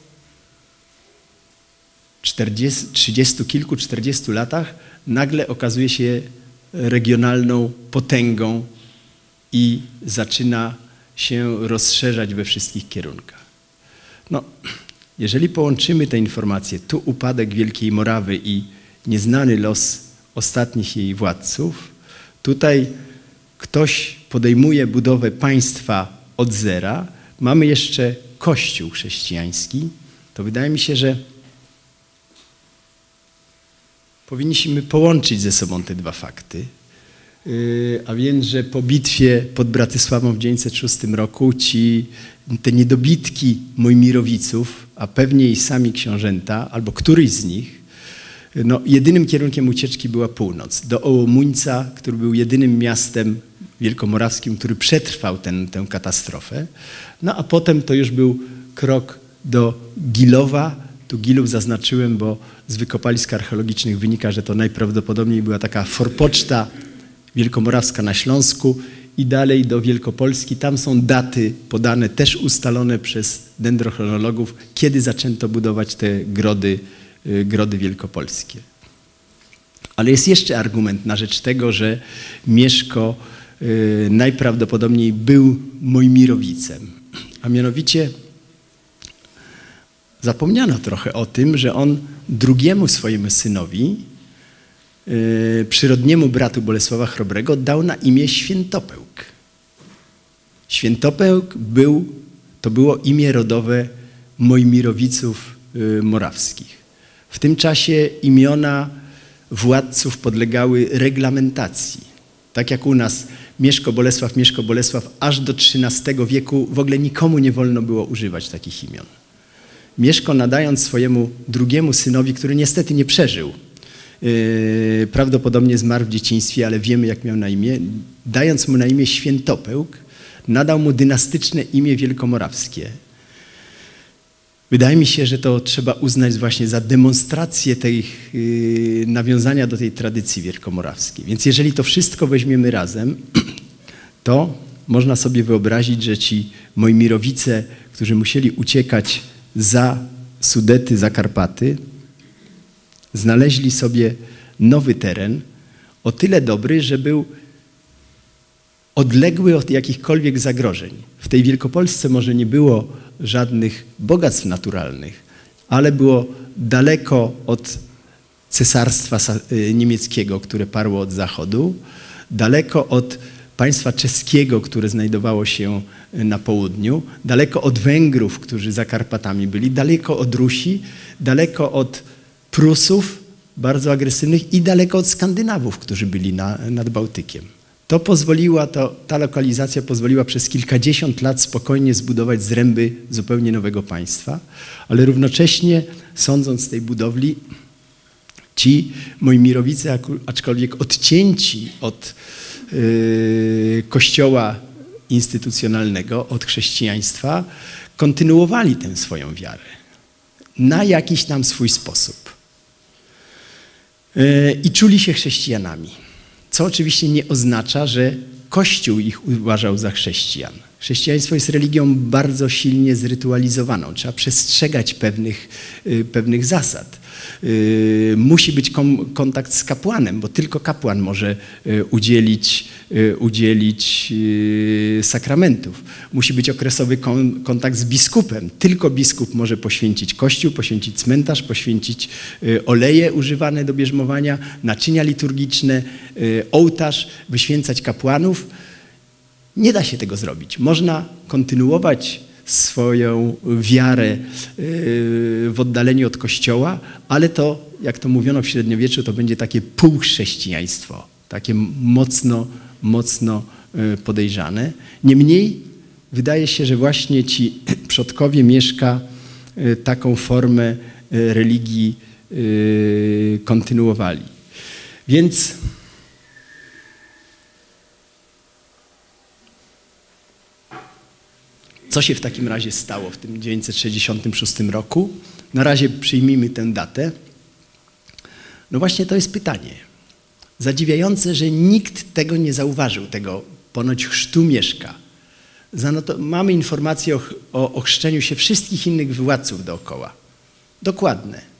trzydziestu kilku, czterdziestu latach nagle okazuje się regionalną potęgą i zaczyna się rozszerzać we wszystkich kierunkach. No, jeżeli połączymy te informacje, tu upadek Wielkiej Morawy i nieznany los ostatnich jej władców, tutaj ktoś podejmuje budowę państwa od zera, mamy jeszcze Kościół chrześcijański, to wydaje mi się, że powinniśmy połączyć ze sobą te dwa fakty, a więc, że po bitwie pod Bratysławą w dziewięćset szóstym roku ci, te niedobitki Mojmirowiców, a pewnie i sami książęta, albo któryś z nich, no, jedynym kierunkiem ucieczki była północ, do Ołomuńca, który był jedynym miastem wielkomorawskim, który przetrwał ten, tę katastrofę. No a potem to już był krok do Gilowa. Tu Gilów zaznaczyłem, bo z wykopalisk archeologicznych wynika, że to najprawdopodobniej była taka forpoczta wielkomorawska na Śląsku i dalej do Wielkopolski. Tam są daty podane, też ustalone przez dendrochronologów, kiedy zaczęto budować te grody, grody wielkopolskie. Ale jest jeszcze argument na rzecz tego, że Mieszko y, najprawdopodobniej był Mojmirowicem. A mianowicie zapomniano trochę o tym, że on drugiemu swojemu synowi, y, przyrodniemu bratu Bolesława Chrobrego, dał na imię Świętopełk. Świętopełk był, to było imię rodowe Mojmirowiców y, morawskich. W tym czasie imiona władców podlegały reglamentacji. Tak jak u nas Mieszko Bolesław, Mieszko Bolesław, aż do trzynastego wieku w ogóle nikomu nie wolno było używać takich imion. Mieszko, nadając swojemu drugiemu synowi, który niestety nie przeżył, yy, prawdopodobnie zmarł w dzieciństwie, ale wiemy jak miał na imię, dając mu na imię Świętopełk, nadał mu dynastyczne imię wielkomorawskie. Wydaje mi się, że to trzeba uznać właśnie za demonstrację tej, yy, nawiązania do tej tradycji wielkomorawskiej. Więc jeżeli to wszystko weźmiemy razem, to można sobie wyobrazić, że ci Mojmirowice, którzy musieli uciekać za Sudety, za Karpaty, znaleźli sobie nowy teren, o tyle dobry, że był odległy od jakichkolwiek zagrożeń. W tej Wielkopolsce może nie było żadnych bogactw naturalnych, ale było daleko od cesarstwa niemieckiego, które parło od zachodu, daleko od państwa czeskiego, które znajdowało się na południu, daleko od Węgrów, którzy za Karpatami byli, daleko od Rusi, daleko od Prusów, bardzo agresywnych, i daleko od Skandynawów, którzy byli na, nad Bałtykiem. To pozwoliła, to, ta lokalizacja pozwoliła przez kilkadziesiąt lat spokojnie zbudować zręby zupełnie nowego państwa, ale równocześnie, sądząc z tej budowli, ci Mojmirowice, aczkolwiek odcięci od yy, kościoła instytucjonalnego, od chrześcijaństwa, kontynuowali tę swoją wiarę na jakiś tam swój sposób. Yy, I czuli się chrześcijanami. Co oczywiście nie oznacza, że Kościół ich uważał za chrześcijan. Chrześcijaństwo jest religią bardzo silnie zrytualizowaną. Trzeba przestrzegać pewnych, pewnych zasad. Musi być kontakt z kapłanem, bo tylko kapłan może udzielić, udzielić sakramentów. Musi być okresowy kontakt z biskupem. Tylko biskup może poświęcić kościół, poświęcić cmentarz, poświęcić oleje używane do bierzmowania, naczynia liturgiczne, ołtarz, wyświęcać kapłanów. Nie da się tego zrobić. Można kontynuować swoją wiarę w oddaleniu od Kościoła, ale to, jak to mówiono w średniowieczu, to będzie takie półchrześcijaństwo, takie mocno, mocno podejrzane. Niemniej wydaje się, że właśnie ci przodkowie Mieszka taką formę religii kontynuowali. Więc co się w takim razie stało w tym tysiąc dziewięćset sześćdziesiątym szóstym roku? Na razie przyjmijmy tę datę. No właśnie to jest pytanie. Zadziwiające, że nikt tego nie zauważył, tego ponoć chrztu Mieszka. Zanoto, mamy informacje o, o, o chrzczeniu się wszystkich innych władców dookoła. Dokładne.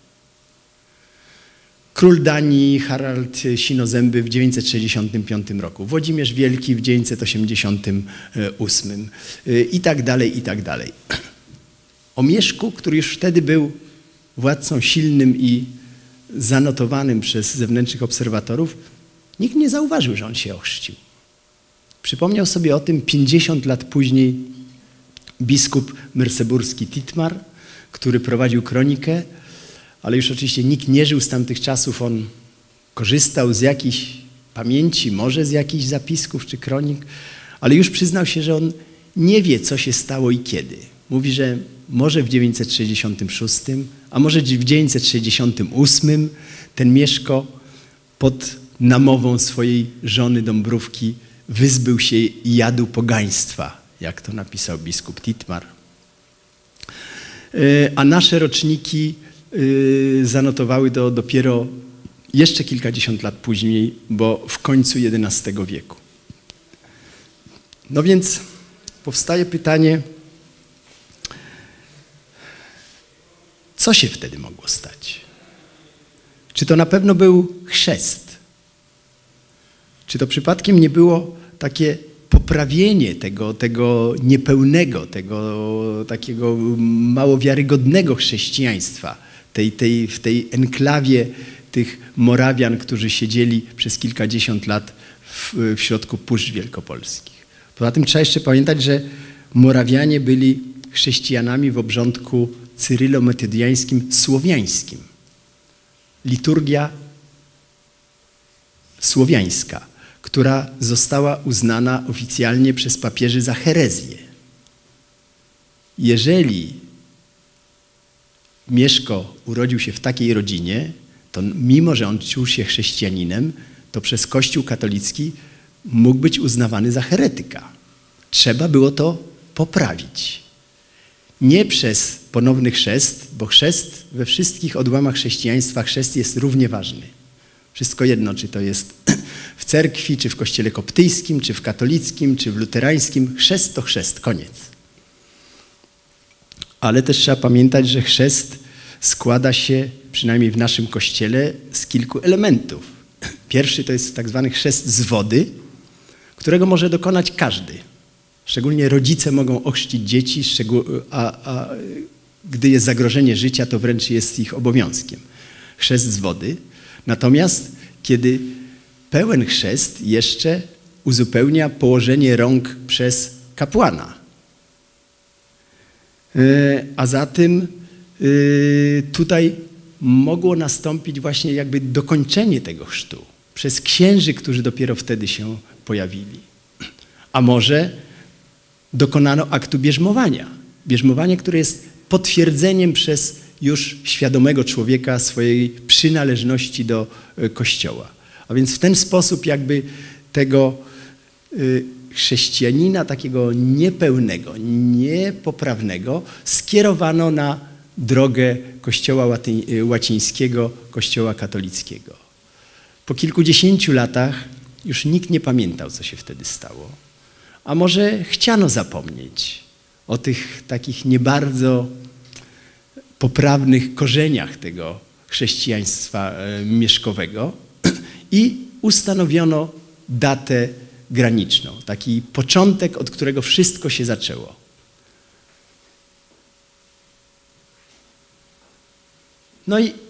Król Danii Harald Sinozęby w tysiąc dziewięćset sześćdziesiątym piątym roku, Włodzimierz Wielki w tysiąc dziewięćset osiemdziesiątym ósmym i tak dalej, i tak dalej. O Mieszku, który już wtedy był władcą silnym i zanotowanym przez zewnętrznych obserwatorów, nikt nie zauważył, że on się ochrzcił. Przypomniał sobie o tym pięćdziesiąt lat później biskup merseburski Titmar, który prowadził kronikę, ale już oczywiście nikt nie żył z tamtych czasów. On korzystał z jakiejś pamięci, może z jakichś zapisków czy kronik, ale już przyznał się, że on nie wie, co się stało i kiedy. Mówi, że może w tysiąc dziewięćset sześćdziesiątym szóstym, a może w tysiąc dziewięćset sześćdziesiątym ósmym ten Mieszko pod namową swojej żony Dąbrówki wyzbył się jadu pogaństwa, jak to napisał biskup Titmar. A nasze roczniki zanotowały to dopiero jeszcze kilkadziesiąt lat później, bo w końcu jedenastego wieku. No więc powstaje pytanie, co się wtedy mogło stać? Czy to na pewno był chrzest? Czy to przypadkiem nie było takie poprawienie tego, tego niepełnego, tego takiego mało wiarygodnego chrześcijaństwa, tej, tej, w tej enklawie tych Morawian, którzy siedzieli przez kilkadziesiąt lat w, w środku Puszcz Wielkopolskich. Poza tym trzeba jeszcze pamiętać, że Morawianie byli chrześcijanami w obrządku cyrylo-metodiańskim słowiańskim. Liturgia słowiańska, która została uznana oficjalnie przez papieży za herezję. Jeżeli Mieszko urodził się w takiej rodzinie, to mimo, że on czuł się chrześcijaninem, to przez Kościół katolicki mógł być uznawany za heretyka. Trzeba było to poprawić. Nie przez ponowny chrzest, bo chrzest we wszystkich odłamach chrześcijaństwa, chrzest jest równie ważny. Wszystko jedno, czy to jest w cerkwi, czy w kościele koptyjskim, czy w katolickim, czy w luterańskim. Chrzest to chrzest, koniec. Ale też trzeba pamiętać, że chrzest składa się, przynajmniej w naszym kościele, z kilku elementów. Pierwszy to jest tak zwany chrzest z wody, którego może dokonać każdy. Szczególnie rodzice mogą ochrzcić dzieci, a, a gdy jest zagrożenie życia, to wręcz jest ich obowiązkiem. Chrzest z wody. Natomiast kiedy pełen chrzest jeszcze uzupełnia położenie rąk przez kapłana. A zatem tutaj mogło nastąpić właśnie jakby dokończenie tego chrztu przez księży, którzy dopiero wtedy się pojawili. A może dokonano aktu bierzmowania. Bierzmowanie, które jest potwierdzeniem przez już świadomego człowieka swojej przynależności do Kościoła. A więc w ten sposób jakby tego chrześcijanina takiego niepełnego, niepoprawnego skierowano na drogę Kościoła łacińskiego, Kościoła katolickiego. Po kilkudziesięciu latach już nikt nie pamiętał, co się wtedy stało. A może chciano zapomnieć o tych takich nie bardzo poprawnych korzeniach tego chrześcijaństwa mieszkowego i ustanowiono datę graniczną, taki początek, od którego wszystko się zaczęło. No i,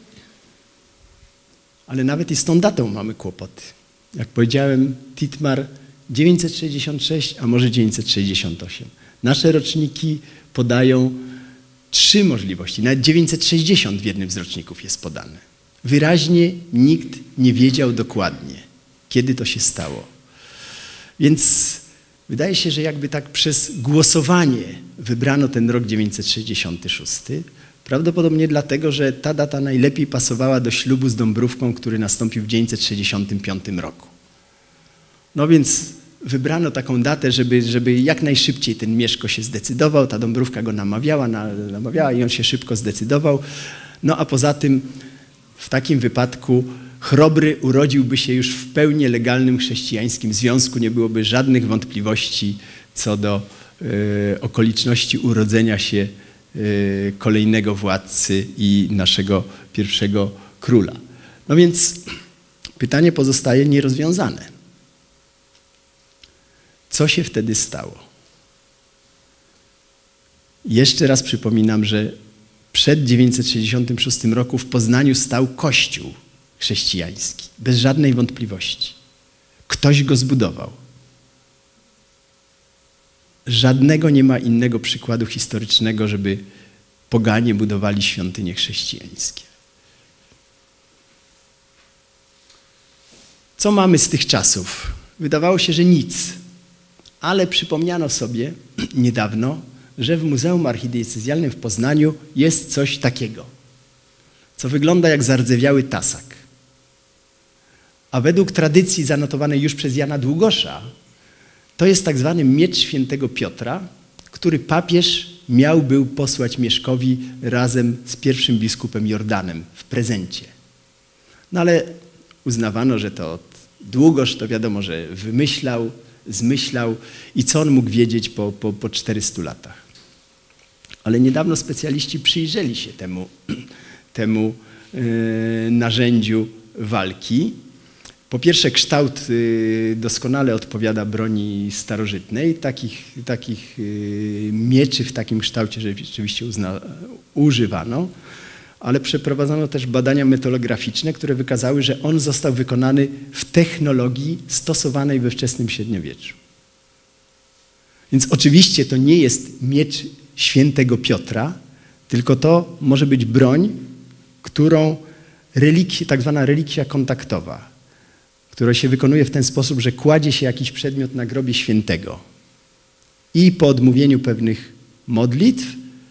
ale nawet i z tą datą mamy kłopoty. Jak powiedziałem, Titmar dziewięćset sześćdziesiąt sześć, a może dziewięćset sześćdziesiąt osiem. Nasze roczniki podają trzy możliwości, nawet dziewięćset sześćdziesiąt w jednym z roczników jest podane. Wyraźnie nikt nie wiedział dokładnie, kiedy to się stało. Więc wydaje się, że jakby tak przez głosowanie wybrano ten rok dziewięćset sześćdziesiąty szósty, prawdopodobnie dlatego, że ta data najlepiej pasowała do ślubu z Dąbrówką, który nastąpił w dziewięćset sześćdziesiątym piątym roku. No więc wybrano taką datę, żeby, żeby jak najszybciej ten Mieszko się zdecydował, ta Dąbrówka go namawiała, namawiała i on się szybko zdecydował. No a poza tym w takim wypadku Chrobry urodziłby się już w pełni legalnym chrześcijańskim związku, nie byłoby żadnych wątpliwości co do y, okoliczności urodzenia się y, kolejnego władcy i naszego pierwszego króla. No więc pytanie pozostaje nierozwiązane. Co się wtedy stało? Jeszcze raz przypominam, że przed dziewięćset sześćdziesiątym szóstym roku w Poznaniu stał Kościół chrześcijański, bez żadnej wątpliwości. Ktoś go zbudował. Żadnego nie ma innego przykładu historycznego, żeby poganie budowali świątynie chrześcijańskie. Co mamy z tych czasów? Wydawało się, że nic, ale przypomniano sobie niedawno, że w Muzeum Archidiecezjalnym w Poznaniu jest coś takiego, co wygląda jak zardzewiały tasak. A według tradycji zanotowanej już przez Jana Długosza, to jest tak zwany miecz świętego Piotra, który papież miał był posłać Mieszkowi razem z pierwszym biskupem Jordanem w prezencie. No ale uznawano, że to Długosz to wiadomo, że wymyślał, zmyślał i co on mógł wiedzieć po, po, po czterystu latach. Ale niedawno specjaliści przyjrzeli się temu, temu yy, narzędziu walki Po pierwsze, kształt doskonale odpowiada broni starożytnej. Takich, takich mieczy w takim kształcie rzeczywiście uzna, używano, ale przeprowadzono też badania metalograficzne, które wykazały, że on został wykonany w technologii stosowanej we wczesnym średniowieczu. Więc oczywiście to nie jest miecz świętego Piotra, tylko to może być broń, którą relikwia, tak zwana relikwia kontaktowa, która się wykonuje w ten sposób, że kładzie się jakiś przedmiot na grobie świętego i po odmówieniu pewnych modlitw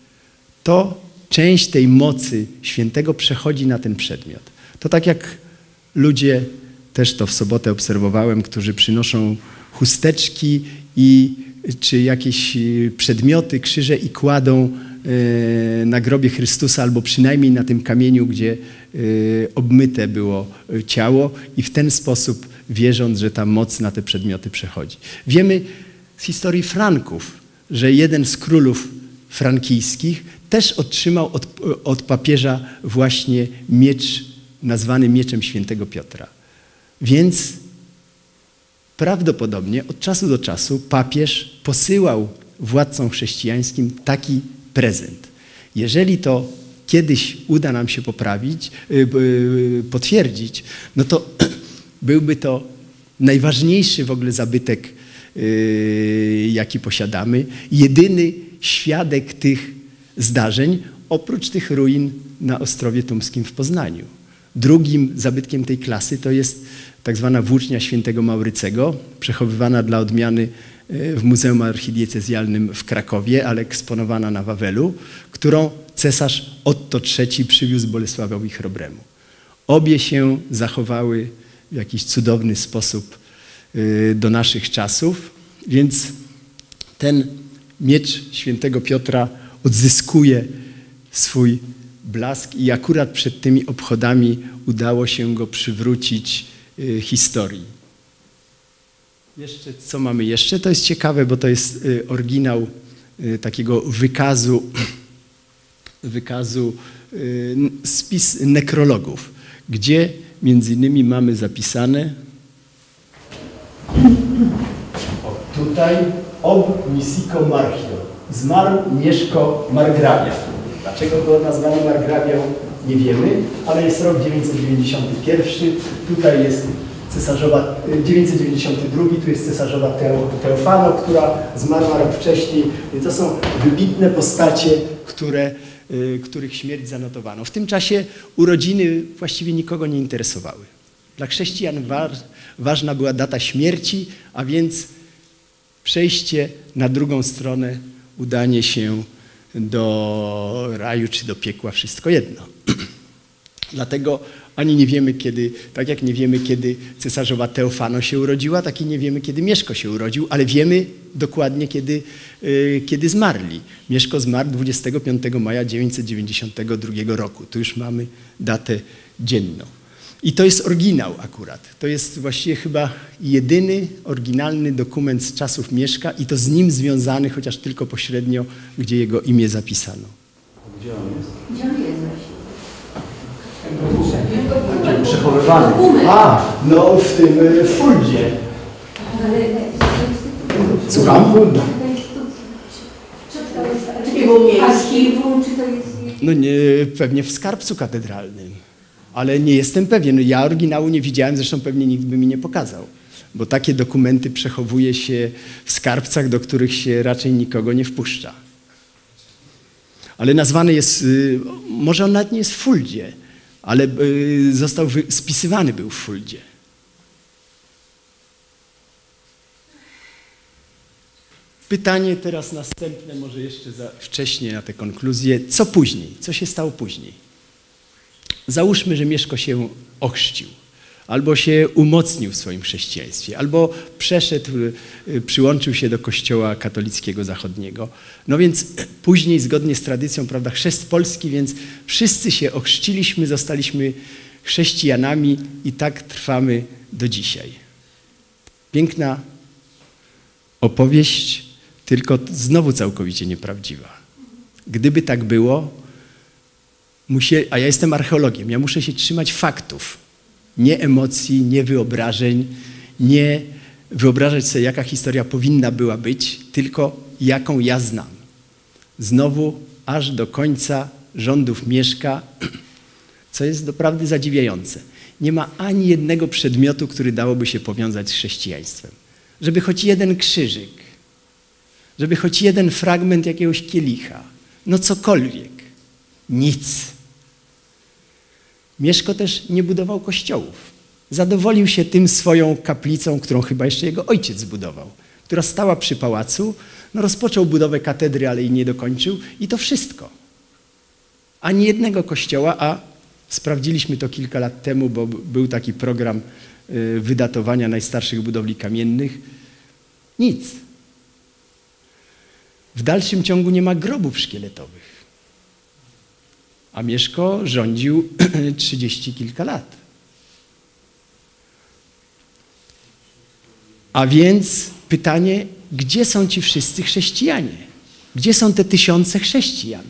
to część tej mocy świętego przechodzi na ten przedmiot. To tak jak ludzie, też to w sobotę obserwowałem, którzy przynoszą chusteczki i, czy jakieś przedmioty, krzyże i kładą y, na grobie Chrystusa albo przynajmniej na tym kamieniu, gdzie y, obmyte było ciało i w ten sposób wierząc, że ta moc na te przedmioty przechodzi. Wiemy z historii Franków, że jeden z królów frankijskich też otrzymał od, od papieża właśnie miecz nazwany mieczem świętego Piotra. Więc prawdopodobnie od czasu do czasu papież posyłał władcom chrześcijańskim taki prezent. Jeżeli to kiedyś uda nam się poprawić, potwierdzić, no to byłby to najważniejszy w ogóle zabytek, jaki posiadamy, jedyny świadek tych zdarzeń, oprócz tych ruin na Ostrowie Tumskim w Poznaniu. Drugim zabytkiem tej klasy to jest tak zwana włócznia świętego Maurycego, przechowywana dla odmiany w Muzeum Archidiecezjalnym w Krakowie, ale eksponowana na Wawelu, którą cesarz Otto trzeci przywiózł Bolesławowi Chrobremu. Obie się zachowały w jakiś cudowny sposób do naszych czasów, więc ten miecz świętego Piotra odzyskuje swój blask i akurat przed tymi obchodami udało się go przywrócić y, historii. Jeszcze, co mamy jeszcze? To jest ciekawe, bo to jest y, oryginał y, takiego wykazu, wykazu y, spis nekrologów, gdzie między innymi mamy zapisane o, tutaj ob Misico Marchio. Zmarł Mieszko Margrabia. Dlaczego go nazwano Margrabią, nie wiemy, ale jest rok dziewięćset dziewięćdziesiąty pierwszy. Tutaj jest cesarzowa, dziewięćset dziewięćdziesiąty drugi, tu jest cesarzowa Teofano, która zmarła rok wcześniej. Więc to są wybitne postacie, które, y, których śmierć zanotowano. W tym czasie urodziny właściwie nikogo nie interesowały. Dla chrześcijan wa ważna była data śmierci, a więc przejście na drugą stronę, udanie się do raju czy do piekła, wszystko jedno. Dlatego ani nie wiemy kiedy, tak jak nie wiemy kiedy cesarzowa Teofano się urodziła, tak i nie wiemy kiedy Mieszko się urodził, ale wiemy dokładnie kiedy, yy, kiedy zmarli. Mieszko zmarł dwudziestego piątego maja dziewięćset dziewięćdziesiątego drugiego roku. Tu już mamy datę dzienną. I to jest oryginał akurat. To jest właściwie chyba jedyny oryginalny dokument z czasów Mieszka i to z nim związany, chociaż tylko pośrednio, gdzie jego imię zapisano. Gdzie on jest? Gdzie on jest Gdzie przechowywany? A, no w tym w Fuldzie. Słucham? Czy to jest archiwum, czy to jest... No nie, pewnie w skarbcu katedralnym. Ale nie jestem pewien. Ja oryginału nie widziałem, zresztą pewnie nikt by mi nie pokazał. Bo takie dokumenty przechowuje się w skarbcach, do których się raczej nikogo nie wpuszcza. Ale nazwany jest, może on nawet nie jest w Fuldzie, ale został spisywany był w Fuldzie. Pytanie teraz następne, może jeszcze za wcześnie na tę konkluzję. Co później? Co się stało później? Załóżmy, że Mieszko się ochrzcił, albo się umocnił w swoim chrześcijaństwie, albo przeszedł, przyłączył się do Kościoła katolickiego zachodniego. No więc później, zgodnie z tradycją, prawda, chrzest polski, więc wszyscy się ochrzciliśmy, zostaliśmy chrześcijanami i tak trwamy do dzisiaj. Piękna opowieść, tylko znowu całkowicie nieprawdziwa. Gdyby tak było, Musie, a ja jestem archeologiem, ja muszę się trzymać faktów. Nie emocji, nie wyobrażeń, nie wyobrażać sobie, jaka historia powinna była być, tylko jaką ja znam. Znowu aż do końca rządów Mieszka, co jest doprawdy zadziwiające. Nie ma ani jednego przedmiotu, który dałoby się powiązać z chrześcijaństwem. Żeby choć jeden krzyżyk, żeby choć jeden fragment jakiegoś kielicha, no cokolwiek. Nic. Mieszko też nie budował kościołów. Zadowolił się tym swoją kaplicą, którą chyba jeszcze jego ojciec zbudował, która stała przy pałacu. No rozpoczął budowę katedry, ale jej nie dokończył i to wszystko. Ani jednego kościoła, a sprawdziliśmy to kilka lat temu, bo był taki program wydatowania najstarszych budowli kamiennych. Nic. W dalszym ciągu nie ma grobów szkieletowych. A Mieszko rządził trzydzieści kilka lat. A więc pytanie, gdzie są ci wszyscy chrześcijanie? Gdzie są te tysiące chrześcijan?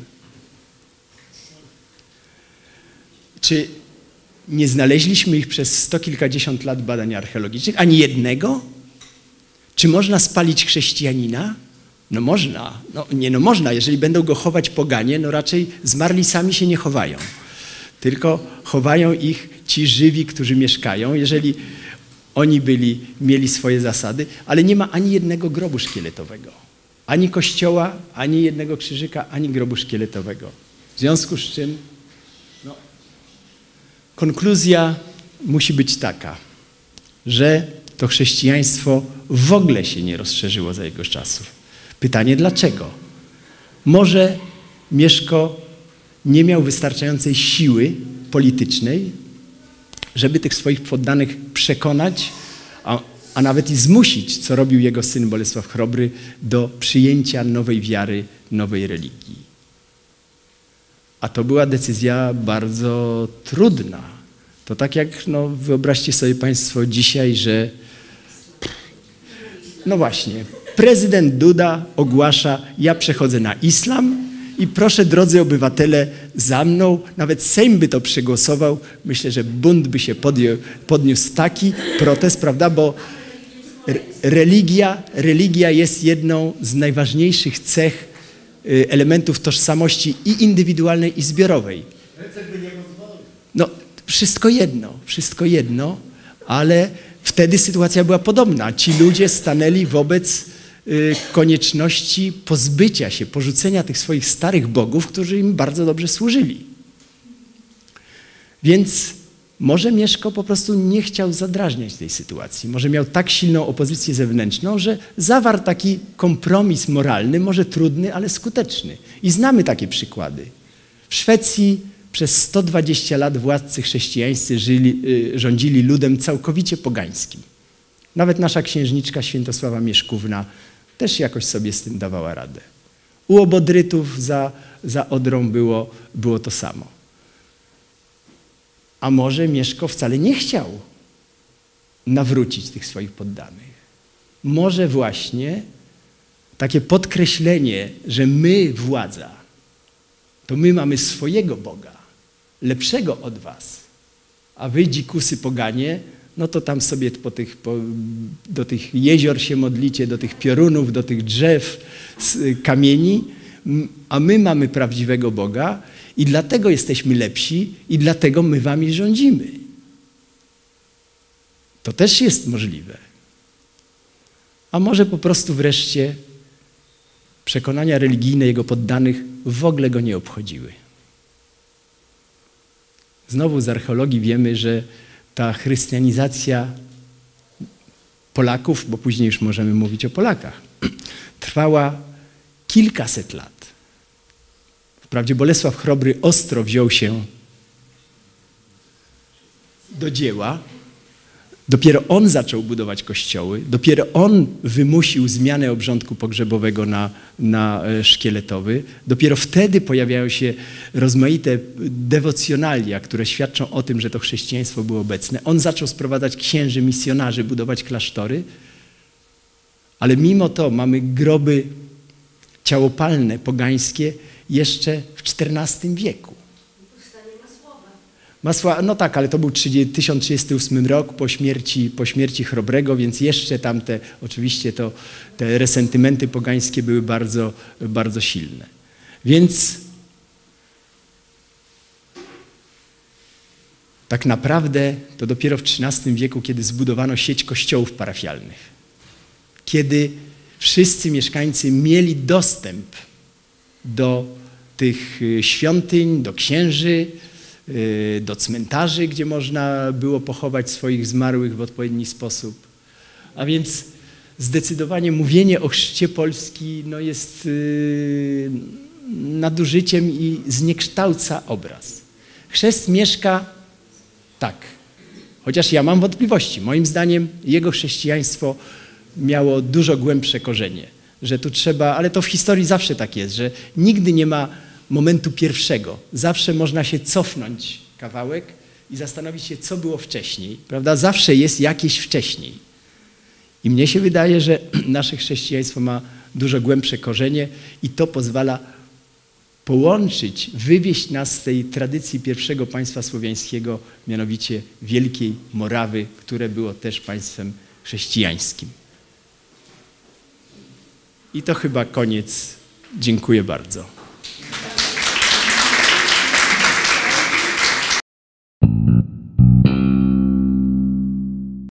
Czy nie znaleźliśmy ich przez sto kilkadziesiąt lat badań archeologicznych? Ani jednego? Czy można spalić chrześcijanina? No można. No, nie no można. Jeżeli będą go chować poganie, no raczej zmarli sami się nie chowają. Tylko chowają ich ci żywi, którzy mieszkają. Jeżeli oni byli, mieli swoje zasady, ale nie ma ani jednego grobu szkieletowego. Ani kościoła, ani jednego krzyżyka, ani grobu szkieletowego. W związku z czym no, konkluzja musi być taka, że to chrześcijaństwo w ogóle się nie rozszerzyło za jego czasów. Pytanie dlaczego? Może Mieszko nie miał wystarczającej siły politycznej, żeby tych swoich poddanych przekonać, a, a nawet i zmusić, co robił jego syn Bolesław Chrobry, do przyjęcia nowej wiary, nowej religii. A to była decyzja bardzo trudna. To tak jak, no, wyobraźcie sobie Państwo dzisiaj, że no właśnie, prezydent Duda ogłasza, ja przechodzę na islam i proszę, drodzy obywatele, za mną, nawet Sejm by to przegłosował, myślę, że bunt by się podjął, podniósł taki protest, prawda, bo religia, religia jest jedną z najważniejszych cech, elementów tożsamości i indywidualnej, i zbiorowej. No, wszystko jedno, wszystko jedno, ale wtedy sytuacja była podobna. Ci ludzie stanęli wobec y, konieczności pozbycia się, porzucenia tych swoich starych bogów, którzy im bardzo dobrze służyli. Więc może Mieszko po prostu nie chciał zadrażniać tej sytuacji. Może miał tak silną opozycję zewnętrzną, że zawarł taki kompromis moralny, może trudny, ale skuteczny. I znamy takie przykłady. W Szwecji przez sto dwadzieścia lat władcy chrześcijańscy żyli, y, rządzili ludem całkowicie pogańskim. Nawet nasza księżniczka Świętosława Mieszkówna też jakoś sobie z tym dawała radę. U Obodrytów za, za Odrą było, było to samo. A może Mieszko wcale nie chciał nawrócić tych swoich poddanych. Może właśnie takie podkreślenie, że my, władza, to my mamy swojego Boga, lepszego od was, a wy, dzikusy poganie, no to tam sobie po tych, po, do tych jezior się modlicie, do tych piorunów, do tych drzew, kamieni, a my mamy prawdziwego Boga i dlatego jesteśmy lepsi i dlatego my wami rządzimy. To też jest możliwe. A może po prostu wreszcie przekonania religijne jego poddanych w ogóle go nie obchodziły. Znowu z archeologii wiemy, że ta chrystianizacja Polaków, bo później już możemy mówić o Polakach, trwała kilkaset lat. Wprawdzie Bolesław Chrobry ostro wziął się do dzieła. Dopiero on zaczął budować kościoły, dopiero on wymusił zmianę obrządku pogrzebowego na, na szkieletowy. Dopiero wtedy pojawiają się rozmaite dewocjonalia, które świadczą o tym, że to chrześcijaństwo było obecne. On zaczął sprowadzać księży, misjonarzy, budować klasztory, ale mimo to mamy groby ciałopalne, pogańskie jeszcze w czternastym wieku. Masła, no tak, ale to był tysiąc trzydziesty ósmy rok po śmierci, po śmierci Chrobrego, więc jeszcze tamte, oczywiście to, te resentymenty pogańskie były bardzo, bardzo silne. Więc tak naprawdę to dopiero w trzynastym wieku, kiedy zbudowano sieć kościołów parafialnych, kiedy wszyscy mieszkańcy mieli dostęp do tych świątyń, do księży, do cmentarzy, gdzie można było pochować swoich zmarłych w odpowiedni sposób. A więc zdecydowanie mówienie o chrzcie Polski no jest yy, nadużyciem i zniekształca obraz. Chrzest mieszka tak, chociaż ja mam wątpliwości. Moim zdaniem jego chrześcijaństwo miało dużo głębsze korzenie, że tu trzeba, ale to w historii zawsze tak jest, że nigdy nie ma momentu pierwszego. Zawsze można się cofnąć kawałek i zastanowić się, co było wcześniej, prawda? Zawsze jest jakieś wcześniej. I mnie się wydaje, że nasze chrześcijaństwo ma dużo głębsze korzenie i to pozwala połączyć, wywieźć nas z tej tradycji pierwszego państwa słowiańskiego, mianowicie Wielkiej Morawy, które było też państwem chrześcijańskim. I to chyba koniec. Dziękuję bardzo.